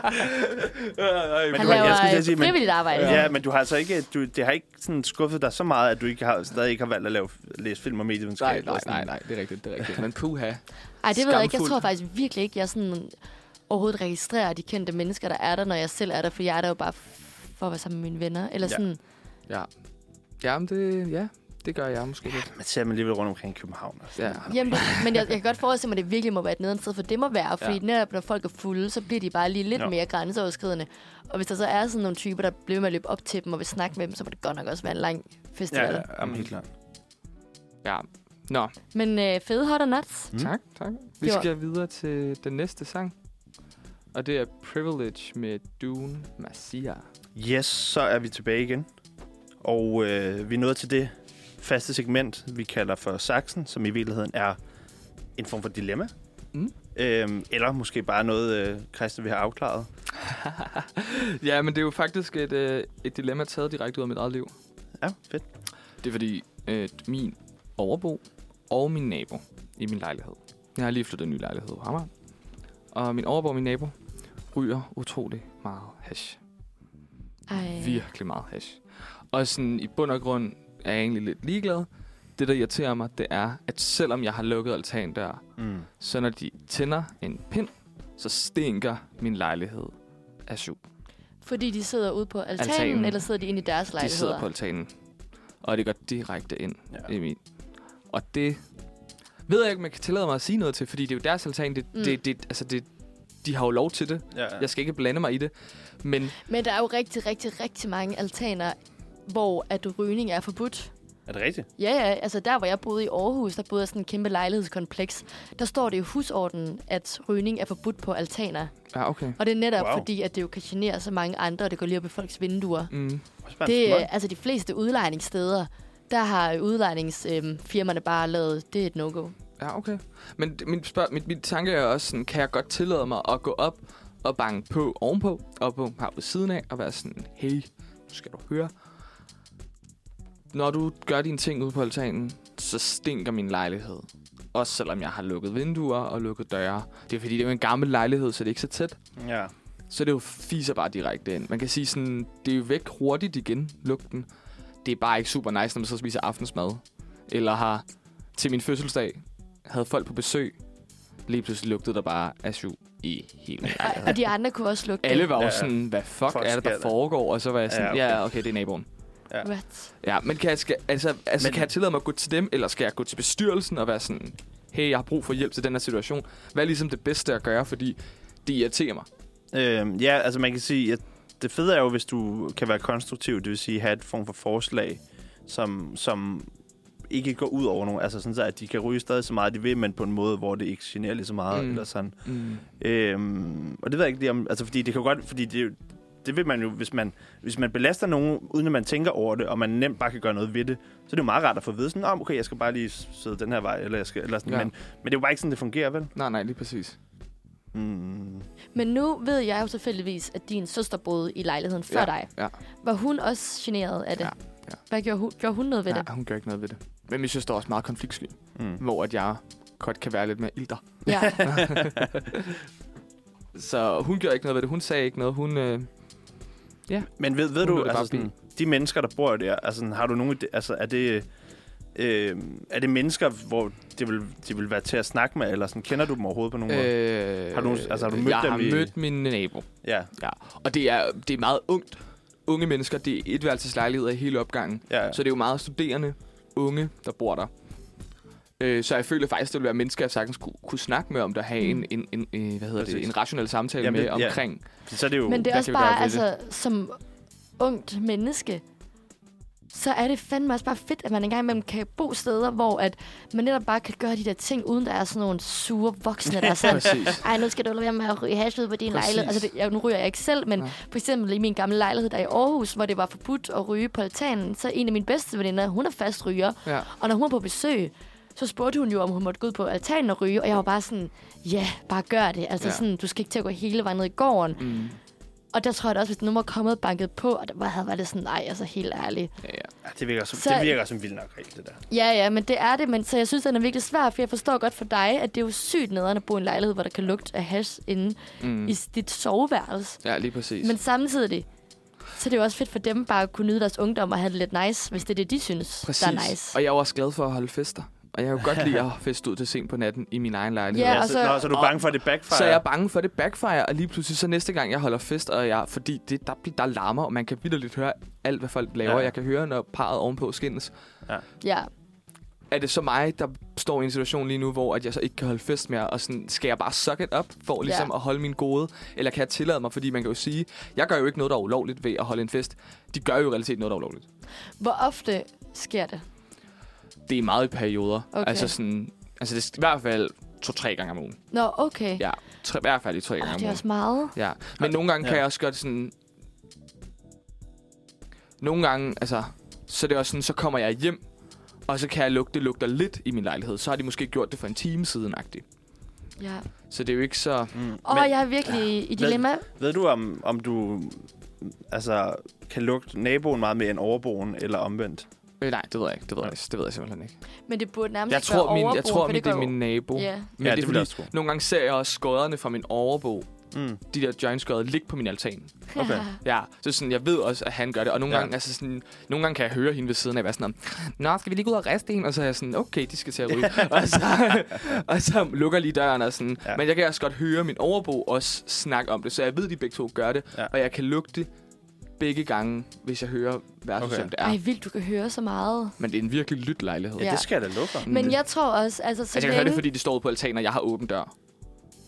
Han laver sige, frivilligt arbejde. Ja, men du har altså ikke... Du, det har ikke sådan skuffet dig så meget, at du ikke har, stadig ikke har valgt at lave, læse film og medievidenskab. Nej, nej, nej, det er rigtigt, det er rigtigt. Men puha. Ej, det ved jeg ikke. Jeg tror faktisk virkelig ikke, jeg sådan overhovedet registrerer de kendte mennesker, der er der, når jeg selv er der, for jeg er der jo bare for at være sammen med mine venner, eller sådan. Ja. Ja, men det, ja, det gør jeg måske lidt. Man ser man alligevel rundt omkring København. Altså. Ja. Jamen, det, men jeg, jeg kan godt forestille mig, at det virkelig må være et nederen sted, for det må være, fordi ja. netop når folk er fulde, så bliver de bare lige lidt jo. mere grænseoverskridende. Og hvis der så er sådan nogle typer, der bliver med at løbe op til dem og vil snakke med dem, så må det godt nok også være en lang festival. Ja, ja, helt klart. Ja, nå. Men øh, fede hot og nuts. Mm. Tak, tak. Vi jo. skal videre til den næste sang. Og det er Privilege med Dune Marcia. Yes, så er vi tilbage igen. Og øh, vi er nået til det faste segment, vi kalder for Saxen, som i virkeligheden er en form for dilemma. Mm. Øhm, eller måske bare noget, øh, Christian vil have afklaret. Ja, men det er jo faktisk et, øh, et dilemma taget direkte ud af mit eget liv. Ja, fedt. Det er fordi, øh, min overbo og min nabo i min lejlighed. Jeg har lige flyttet en ny lejlighed på Amager. Og min overbo og min nabo ryger utrolig meget hash. Ej. Virkelig meget hash. Og sådan i bund og grund er jeg egentlig lidt ligeglad. Det, der irriterer mig, det er, at selvom jeg har lukket altan der, mm. så når de tænder en pind, så stinker min lejlighed af syv. Fordi de sidder ude på altanen, altanen, eller sidder de inde i deres lejligheder? De sidder på altanen. Og det går direkte ind ja. i min. Og det ved jeg ikke, om jeg kan tillade mig at sige noget til, fordi det er jo deres altan. Det, mm. det, det, altså det, de har jo lov til det. Ja, ja. Jeg skal ikke blande mig i det. Men Men der er jo rigtig, rigtig, rigtig mange altaner, hvor at rygning er forbudt. Er det rigtigt? Ja, ja. Altså der, hvor jeg boede i Aarhus, der boede jeg sådan en kæmpe lejlighedskompleks. Der står det i husordenen, at rygning er forbudt på altaner. ja, okay. Og det er netop Wow. fordi, at det jo kan genere så mange andre, og det går lige op i folks vinduer. Mm. Det er altså de fleste udlejningssteder, der har udlejningsfirmaerne bare lavet, det er et no-go. Ja, okay. Men min, spørg, mit, mit tanke er også sådan, kan jeg godt tillade mig at gå op og banke på ovenpå, og på her ved siden af, og være sådan, hey, nu skal du høre. Når du gør dine ting ude på altanen, så stinker min lejlighed. Også selvom jeg har lukket vinduer og lukket døre. Det er fordi, det er jo en gammel lejlighed, så det er ikke så tæt. Ja. Så det er jo fiser bare direkte ind. Man kan sige sådan, det er jo væk hurtigt igen, lugten. Det er bare ikke super nice, når man så spiser aftensmad. Eller har til min fødselsdag, havde folk på besøg. Lige pludselig lugtede der bare asju i hele min lejlighed. Og de andre kunne også lugte. Alle var jo Ja, ja. sådan, hvad fuck, Fuck er det, der sker der? foregår? Og så var jeg sådan, Ja, ja, okay. okay, okay det er naboen. Ja. What? Ja, men kan jeg, skal, altså, altså, Men- kan jeg tillade mig at gå til dem, eller skal jeg gå til bestyrelsen og være sådan, hey, jeg har brug for hjælp til den her situation? Hvad er ligesom det bedste at gøre, fordi det irriterer mig? Øhm, ja, altså man kan sige, at det fede er jo, hvis du kan være konstruktiv, det vil sige have et form for forslag, som, som ikke går ud over nogen. Altså sådan så, at de kan ryge stadig så meget, de vil, men på en måde, hvor det ikke generer lige så meget. Mm. Eller sådan. Mm. Øhm, og det ved jeg ikke lige om, altså fordi det kan jo godt, fordi det, er jo- det vil man jo, hvis man, hvis man belaster nogen, uden at man tænker over det, og man nemt bare kan gøre noget ved det, så er det jo meget rart at få at vide sådan, oh, okay, jeg skal bare lige sidde den her vej, eller jeg skal, eller sådan, Ja. men, men det er jo bare ikke sådan, det fungerer, vel? Nej, nej, lige præcis. Mm. Men nu ved jeg jo tilfældigvis, at din søster boede i lejligheden før Ja, dig. ja. Var hun også generet af det? Ja, ja. Hvad gjorde hun, gjorde hun noget ved Ja, det? hun gør ikke noget ved det. Men min søster er også meget konfliktsky, Mm. hvor at jeg godt kan være lidt mere ilter. Ja. Så hun gør ikke noget ved det. Hun sagde ikke noget. Hun... Øh, Men ved, ved Hun du, lod det altså bare sådan, de mennesker, der bor der, altså sådan, har du nogen, ide- altså er det, øh, er det mennesker, hvor det vil, de vil være til at snakke med, eller sådan, kender du dem overhovedet på nogen måde? øh, Har du- altså, har du mødt jeg dem har i- mødt min nabo. Ja, Ja, og det er, det er meget ungt. Unge mennesker, det er etværelseslejligheder i hele opgangen. ja, ja. Så det er jo meget studerende, unge, der bor der. Øh, så jeg føler faktisk, det ville være mennesker, jeg sagtens kunne, kunne snakke med om det, have en, en, en, en, hvad hedder det, Præcis. en rationel samtale Jamen, med det- ja. omkring. Så er det jo... Men det er hvad også kan vi gøre bare, ved det? altså, som ungt menneske, så er det fandme også bare fedt, at man engang imellem kan bo steder, hvor at man netop bare kan gøre de der ting, uden der er sådan nogle sure voksne, der er sådan, Præcis. ej, nu skal du lade være med at ryge hash ud på din Præcis. lejlighed. Altså, det, jeg, nu ryger jeg ikke selv, men Ja. for eksempel i min gamle lejlighed der i Aarhus, hvor det var forbudt at ryge på altanen, så en af mine bedste veninder, hun er fast ryger, Ja. og når hun var på besøg, så spurgte hun jo, om hun måtte gå ud på altanen og ryge, og jeg var bare sådan, ja, bare gør det. Altså Ja. sådan, du skal ikke til at gå hele vejen ned i gården. Mm. Og der tror jeg da også, hvis nogen var kommet og banket på, og der var, var det sådan, nej, altså helt ærligt. Ja, ja. Ja, det virker som, Så- det virker som vildt nok regel, det der. Ja, ja, men det er det, men så jeg synes, den er virkelig svær, for jeg forstår godt for dig, at det er jo sygt nederen at bo i en lejlighed, hvor der kan lugte af hash inde Mm. mm. i dit soveværelse. Ja, lige præcis. Men samtidig, så er det jo også fedt for dem bare at kunne nyde deres ungdom og have det lidt nice, hvis det er det, de synes, præcis. der er nice. Og jeg er jo også glad for at holde fester. Og jeg kan jo godt lide at feste ud til sent på natten i min egen lejlighed. Ja, Ja, og så, så- nå, så er du bange for, at det backfire? Så er jeg bange for, at det backfire, og lige pludselig så næste gang, jeg holder fest, og jeg, fordi det, der, der larmer, og man kan vitterligt høre alt, hvad folk laver. Ja. Ja. Jeg kan høre, når parret ovenpå skændes. Ja, Er det så mig, der står i en situation lige nu, hvor at jeg så ikke kan holde fest mere, og sådan, skal jeg bare suck it up for ligesom Ja. at holde min gode? Eller kan jeg tillade mig, fordi man kan jo sige, jeg gør jo ikke noget, der er ulovligt ved at holde en fest. De gør jo i realiteten noget, der er ulovligt. hvor ofte sker det? Det er meget i perioder. Okay. Altså sådan, altså det er i hvert fald to-tre gange om ugen. Nå, okay. Ja, tre, i hvert fald i tre gange Oh, om det er ugen. også meget. Ja, men nogle gange kan Ja. jeg også gøre det sådan... Nogle gange, altså... Så det er også sådan, så kommer jeg hjem, og så kan jeg lugte, det lugter lidt i min lejlighed. Så har de måske gjort det for en time siden-agtigt. Ja. Så det er jo ikke så... Mm. Åh, Men jeg er virkelig i dilemma. ved du, om, om du altså, kan lugte naboen meget mere end overboen, eller omvendt? Øh, nej, det ved jeg ikke. Det ved jeg, ikke. det ved jeg simpelthen ikke. Men det burde nærmest Jeg ikke tror, være min, jeg overboen, tror for min, det er går jo- min nabo. Ja. Men Ja, det det er vil jeg fordi, også tro. nogle gange ser jeg også skodderne fra min overbo. Mm. De der jointskodder ligge på min altan. Okay. Ja, så sådan, jeg ved også, at han gør det. Og nogle, Ja. gange, altså sådan, nogle gange kan jeg høre hende ved siden af, være sådan, nå, skal vi lige gå ud og riste en? Og så er jeg sådan, okay, de skal til at ryge. og, så, og så lukker lige døren og sådan. Ja. Men jeg kan også godt høre min overbo også snakke om det, så jeg ved, de begge to gør det. Ja. Og jeg kan lugte begge gange, hvis jeg hører versus, Okay. okay. som det er. Ej, vildt, du kan høre så meget. Men det er en virkelig lyt lejlighed. Ja, Ja. det skal jeg da lukke for. Men jeg tror også, altså så Altså, jeg kan længe... høre det, fordi de står ude på altanen, og jeg har åben dør.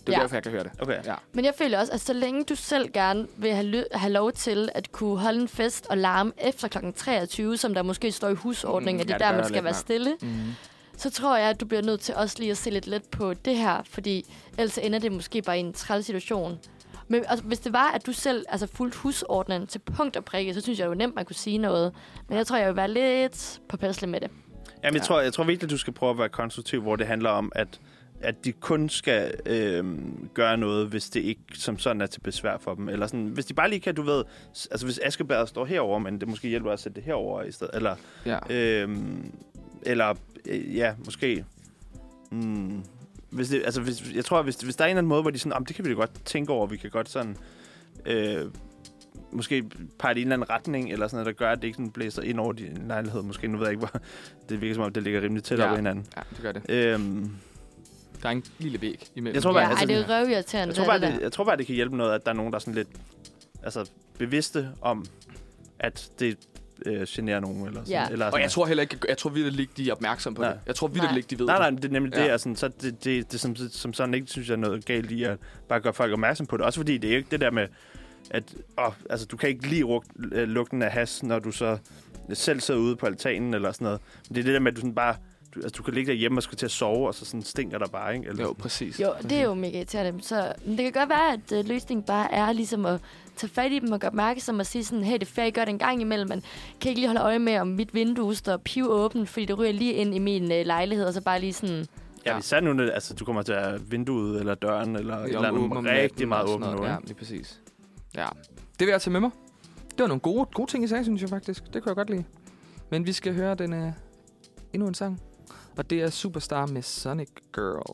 Det er Ja. derfor, jeg kan høre det. Okay. Ja. Men jeg føler også, at så længe du selv gerne vil have, lø- have lov til at kunne holde en fest og larme efter klokken treogtyve, som der måske står i husordningen, Mm, at det ja, er det der, gør man jeg skal lidt være nok. stille, Mm. så tror jeg, at du bliver nødt til også lige at se lidt let på det her, fordi ellers ender det måske bare i en træls situation. Men altså, hvis det var, at du selv altså, fulgte husordnen til punkt og prikke, så synes jeg jo nemt, man kunne sige noget. Men jeg tror, jeg vil være lidt påpasselig med det. Jamen, jeg, Ja. tror, jeg tror virkelig, du skal prøve at være konstruktiv, hvor det handler om, at, at de kun skal øh, gøre noget, hvis det ikke som sådan er til besvær for dem. Eller sådan, hvis de bare lige kan, du ved, s- altså hvis Askebladet står herover, men det måske hjælper at sætte det herover i stedet. Eller, Ja. øh, eller øh, ja, måske... Mm, hvis det, altså, hvis, jeg tror, hvis, hvis der er en eller anden måde, hvor de sådan, om det kan vi da godt tænke over, vi kan godt sådan... Øh, måske pege i en eller anden retning, eller sådan noget, der gør, at det ikke sådan blæser ind over din lejlighed. Måske, nu ved jeg ikke, hvor... Det virker som om, det ligger rimelig tæt Ja. op ad hinanden. Ja, det gør det. Øhm, Der er en lille væg imellem. Jeg tror Ja, bare, ej, altså, det er jo røvirriterende. jeg, tror bare, det, det, jeg tror bare, det kan hjælpe noget, at der er nogen, der er sådan lidt altså, bevidste om, at det øh, generer nogen. Eller sådan, Ja. eller Og sådan, jeg tror heller ikke, jeg tror virkelig ikke, de er opmærksom på Nej. det. Jeg tror virkelig Nej. ikke, de ved Nej, nej, det. det er nemlig Ja. det. Altså, så det, det, det, det som, som sådan ikke, synes jeg, er noget galt i at bare gøre folk opmærksom på det. Også fordi det er ikke det der med, at åh, altså, du kan ikke lide rug, øh, lugten af hash, når du så selv sidder ude på altanen eller sådan noget. Men det er det der med, at du sådan bare... Du, altså, du kan ligge derhjemme og skal til at sove, og så sådan stinker der bare, ikke? Eller Jo, sådan. præcis. Jo, det er jo mega irriterende. Så men det kan godt være, at øh, løsningen bare er ligesom at tage fat i dem og gøre opmærksom og sige sådan, hey, det er fair, I gør det en gang imellem, men kan I ikke lige holde øje med, om mit vindue står pivåbent, fordi det ryger lige ind i min øh, lejlighed, og så bare lige sådan... Ja, især nu, når, altså, du kommer til at have vinduet eller døren, eller et eller andet om rigtig natten meget og sådan åbent nu. noget. Ja, Ikke? lige præcis. Ja, det vil jeg tage med mig. Det var nogle gode, gode ting, I sagde, synes jeg faktisk. Det kunne jeg godt lide. Men vi skal høre den uh, endnu en sang. Og det er Superstar med Sonic Girl.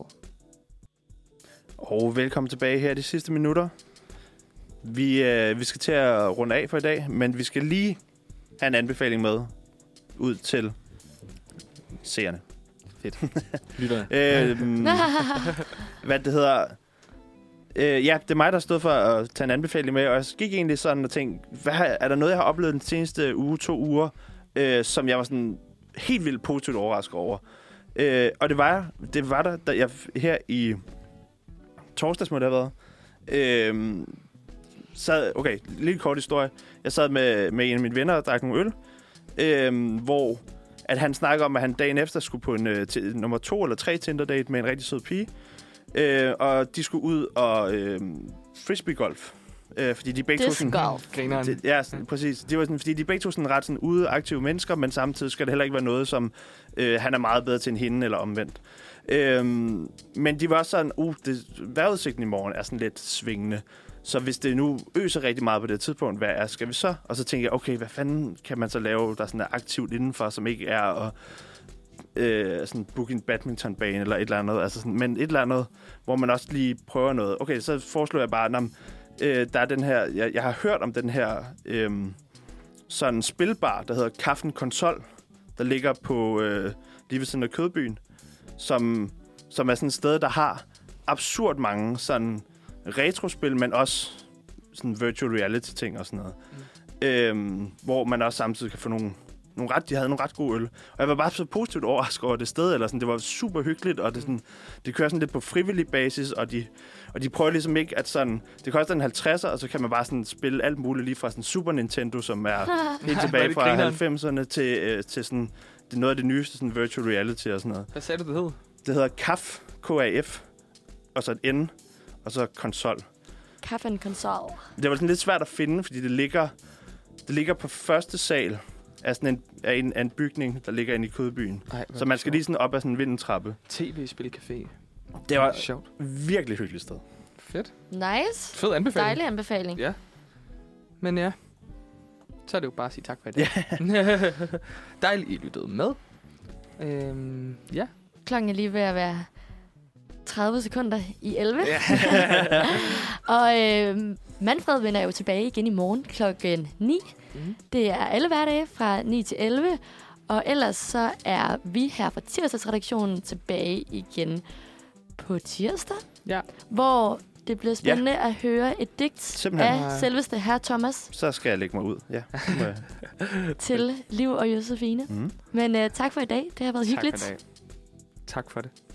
Og velkommen tilbage her de sidste minutter. Vi, øh, vi skal til at runde af for i dag, men vi skal lige have en anbefaling med ud til seerne. Lytterne. Øh, hvad det hedder... Øh, ja, det er mig, der stod for at tage en anbefaling med, og jeg gik egentlig sådan og tænkte, hvad, er der noget, jeg har oplevet den seneste uge, to uger, øh, som jeg var sådan helt vildt positivt overrasket over. Øh, og det var, det var der, da jeg her i torsdags må det have været, øh, sad, okay, lille kort historie, jeg sad med, med en af mine venner og drak nogle øl, øh, hvor at han snakker om, at han dagen efter skulle på en uh, t- nummer to eller tre Tinder-date med en rigtig sød pige. Uh, og de skulle ud og uh, frisbee-golf. Uh, fordi de begge to sådan... Disc-golf. Grineren. Det, ja, sådan, præcis. Det var sådan, fordi de begge to sådan ret sådan ude aktive mennesker, men samtidig skal det heller ikke være noget, som uh, han er meget bedre til end hende eller omvendt. Uh, men de var også sådan, uh, det, vejrudsigten i morgen er sådan lidt svingende. Så hvis det nu øser rigtig meget på det tidspunkt, hvad er, skal vi så? Og så tænker jeg, okay, hvad fanden kan man så lave, der sådan er aktivt indenfor, som ikke er at øh, sådan booke en badmintonbane eller et eller andet. Altså sådan, men et eller andet, hvor man også lige prøver noget. Okay, så foreslår jeg bare, når, øh, der er den her, jeg, jeg har hørt om den her øh, sådan spilbar, der hedder Kaffen Konsol, der ligger på øh, lige ved siden af Kødbyen, som, som er sådan et sted, der har absurd mange sådan retrospil, men også sådan virtual reality ting og sådan noget. Mm. Øhm, hvor man også samtidig kan få nogle, nogle ret, de havde nogle ret gode øl. Og jeg var bare så positivt overrasket over det sted, eller sådan, det var super hyggeligt, og det, sådan, det kører sådan lidt på frivillig basis, og de, og de prøver ligesom ikke at sådan, det koster en halvtredser, og så kan man bare sådan spille alt muligt lige fra sådan Super Nintendo, som er helt tilbage fra halvfemserne til, øh, til sådan, det er noget af det nyeste, sådan virtual reality og sådan noget. Hvad sagde du, det hed? Det hedder K A F, K A F, og så et N, og så konsol. Kaffen konsol. Det var sådan lidt svært at finde, fordi det ligger, det ligger på første sal af, sådan en, af, en, af en bygning, der ligger inde i Kødbyen. Ej, Så man skal lige sådan op ad sådan en vindeltrappe. T V-spilcafé. Det var Sjovt. virkelig hyggeligt sted. Fedt. Nice. Fed anbefaling. Dejlig anbefaling. Ja. Men ja, så er det jo bare at sige tak for i dag. Yeah. Dejligt, I lyttede med. Øhm, ja. Klokken er lige ved at være tredive sekunder i elleve. Og øh, Manfred vender jo tilbage igen i morgen klokken ni. Mm. Det er alle hverdage fra ni til elleve. Og ellers så er vi her fra tirsdagsredaktionen tilbage igen på tirsdag. Ja. Hvor det bliver spændende ja. at høre et digt Simpelthen. af selveste herr Thomas Så skal jeg lægge mig ud. Ja. det må jeg. til Liv og Josefine. Mm. Men øh, tak for i dag. Det har været Tak hyggeligt. for i dag. Tak for det.